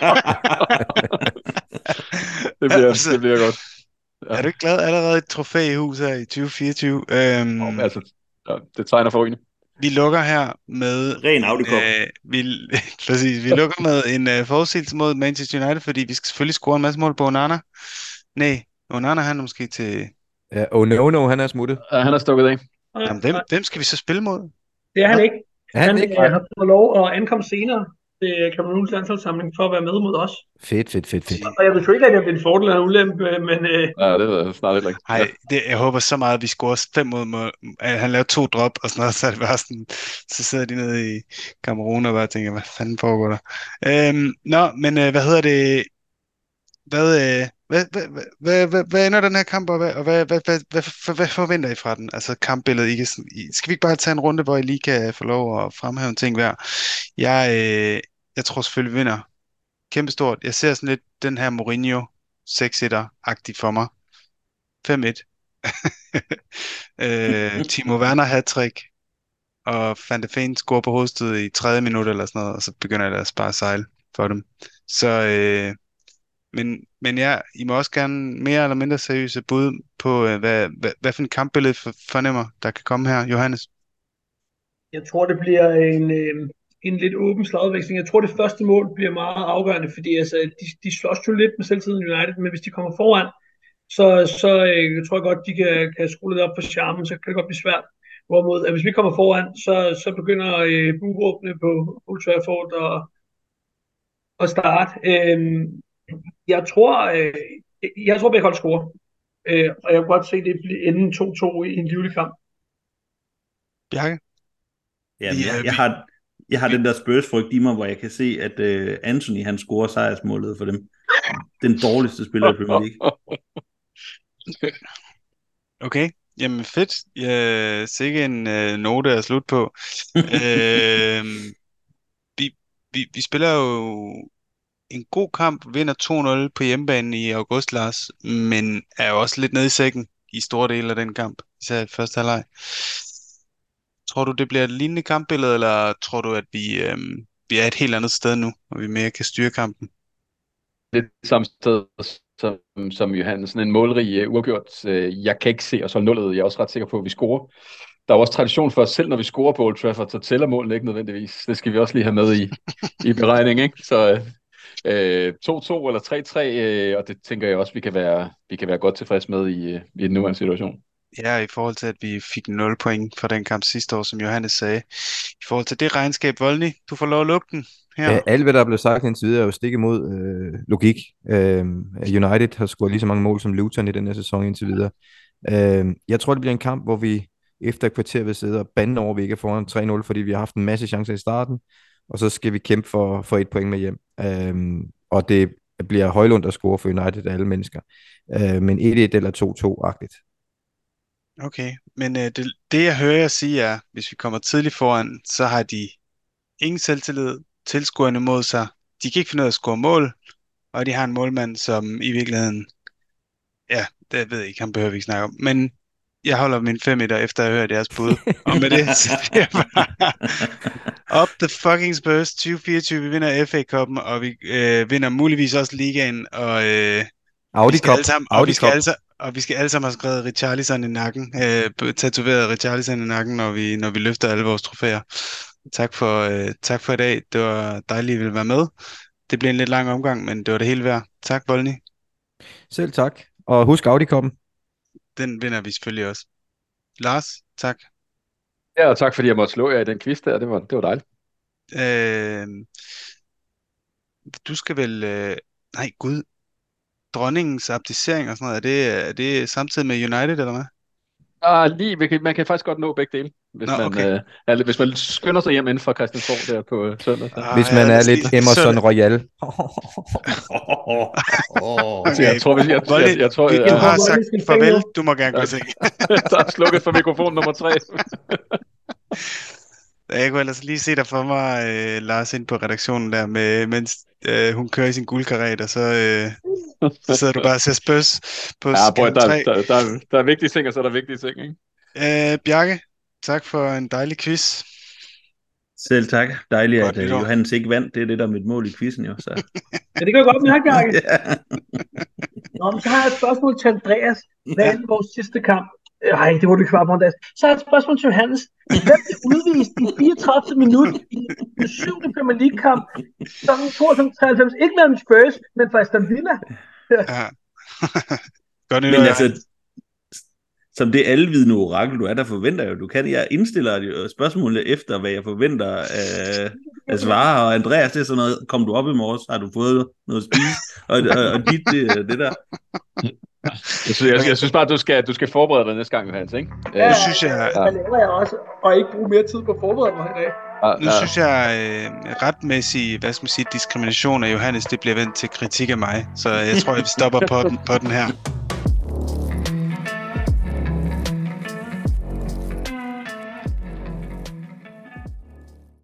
det bliver godt. Ja. Er du ikke glad? Allerede et trofæ i hus her i 2024. Det tegner for øjne. Vi lukker her med... Ren Audi-kop. Præcis. Vi lukker med en forudsigelse mod Manchester United, fordi vi skal selvfølgelig score en masse mål på Onana. Nej, Onana han er måske til... Ja, no, han er smuttet. Han er stukket af. Jamen, hvem skal vi så spille mod? Det er han ikke. Er han Han ikke? har fået lov at ankomme senere til Kameruns landsholdssamling for at være med mod os. Fedt. Og jeg tror ikke, at det er en fordel eller en ulempe, men Ja, det ved jeg snart heller ikke. Nej, jeg håber så meget, at vi scorer 5 mod mål. Han lavede 2 drop, og sådan noget, så er det bare sådan, så sidder de nede i Kamerun og bare tænker, hvad fanden foregår der? Men hvad hedder det? Hvad ender den her kamp, og hvad forventer I fra den? Altså kampbilledet, skal vi ikke bare tage en runde, hvor I lige kan få lov at fremhæve en ting hver? Jeg tror selvfølgelig, vi vinder kæmpestort. Jeg ser sådan lidt den her Mourinho 6-1'er-agtig for mig. 5-1. Timo Werner hattrick, og Van de Ven scorer på hovedstød i 30 minutter eller sådan noget, og så begynder jeg at spare sejl for dem. Så, men ja, I må også gerne mere eller mindre seriøse bud på, hvad for en kampbillede fornemmer, der kan komme her, Johannes. jeg tror, det bliver en lidt åben slagudveksling. Jeg tror, det første mål bliver meget afgørende, fordi altså, de slås jo lidt med selvtiden United, men hvis de kommer foran, så jeg tror jeg godt, de kan skrue lidt op for charmen, så kan det godt blive svært. Hvorimod, at hvis vi kommer foran, så begynder buråbne på Old Trafford at starte. Jeg tror, Bækhold scorer. Og jeg kan godt se, det ende 2-2 i en livlig kamp. Bjarke? Jamen, jeg har den der Spurs-frygt i mig, hvor jeg kan se, at Anthony han scorer sejrsmålet for dem. Den dårligste spiller i Premier League. Okay, jamen fedt. Sikke en note at slutte på. Vi spiller jo en god kamp, vinder 2-0 på hjemmebane i august, Lars, men er jo også lidt nede i sækken i store dele af den kamp, især i første halvleg. Tror du, det bliver et lignende kampbillede, eller tror du, at vi er et helt andet sted nu, og vi mere kan styre kampen? Lidt samme sted som Johannes, sådan en målrig uafgjort. Jeg kan ikke se os holde nullet. Jeg er også ret sikker på, at vi scorer. Der er også tradition for os selv, når vi scorer på Old Trafford, så tæller målene ikke nødvendigvis. Det skal vi også lige have med i beregning, ikke? Så 2-2 eller 3-3, og det tænker jeg også, vi kan være godt tilfreds med i den nuværende situation. Ja, i forhold til, at vi fik 0 point for den kamp sidste år, som Johannes sagde. I forhold til det regnskab, Voldny, du får lov at lukke den her. Ja, alt hvad der er blevet sagt indtil videre er jo stik imod logik. United har scoret lige så mange mål som Luton i den her sæson indtil videre. Jeg tror, det bliver en kamp, hvor vi efter et kvarter vil sidde og bande over, at vi ikke er foran 3-0, fordi vi har haft en masse chancer i starten, og så skal vi kæmpe for 1 point med hjem. Og det bliver Højlund, der scorer for United af alle mennesker. Men 1-1 eller 2-2-agtigt. Okay, men det jeg hører jer sige er, hvis vi kommer tidligt foran, så har de ingen selvtillid, tilskuerne mod sig. De kan ikke finde ud af at score mål, og de har en målmand, som i virkeligheden, ja, det ved jeg ikke, han behøver vi ikke snakke om, men jeg holder min 5 meter efter at have hørt jeres bud. Og med det, så bliver jeg bare up the fucking Spurs 2024. Vi vinder FA-koppen, og vi vinder muligvis også ligaen, og Audi Cup. vi skal alle sammen have skrevet Richarlison i nakken, tatoveret Richarlison i nakken, når vi løfter alle vores trofæer. Tak for i dag. Det var dejligt, at I ville være med. Det blev en lidt lang omgang, men det var det hele værd. Tak, Voldny. Selv tak. Og husk Audi-koppen. Den vinder vi selvfølgelig også. Lars, tak. Ja, og tak fordi jeg måtte slå jer i den quiz der. Det var dejligt. Du skal vel... nej, gud. Dronningens abdicering og sådan noget, er det samtidig med United, eller hvad? Man kan faktisk godt nå begge dele, hvis man skynder sig hjem inden for Christiansborg der på søndag. Hvis man er lidt Emerson Royal. Jeg tror, du har sagt farvel, du må gerne gå i seng. Der er slukket for mikrofon nummer 3. Jeg kunne ellers lige se dig for mig, Lars, ind på redaktionen der, mens hun kører i sin guldkaret, og så sidder du bare og ser Spurs på skærm 3. Der er vigtige ting, og så er der vigtige ting, ikke? Bjarke, tak for en dejlig quiz. Selv tak. Dejligt, Godt at Johannes ikke vandt. Det er det, der er mit mål i quizzen, jo. Så. Ja, det kan jeg godt mærke, Bjarke. Nå, men så har jeg et spørgsmål til Andreas. Hvad er vores sidste kamp? Nej, det må du ikke svare på, Andreas. Så har jeg et spørgsmål til Johannes. Hvem blev udvist i 34 minutter i den 7. Premier League-kamp? Som 92, ikke mellem Spurs, men for Aston Villa. Ja. Godt, men altså, som det alvidende orakel, du er, der forventer jeg jo, du kan. Jeg indstiller jo spørgsmålet efter, hvad jeg forventer at svare, og Andreas, det er sådan noget, kom du op i morges, har du fået noget at spise, og dit, det der. Jeg synes bare, du skal forberede dig næste gang, Johannes, ikke? Nu synes jeg... Det laver jeg også, og ikke bruge mere tid på at forberede mig i dag. Nu synes jeg, retmæssig, hvad skal man sige, diskrimination af Johannes, det bliver vendt til kritik af mig. Så jeg tror, jeg stopper på den her.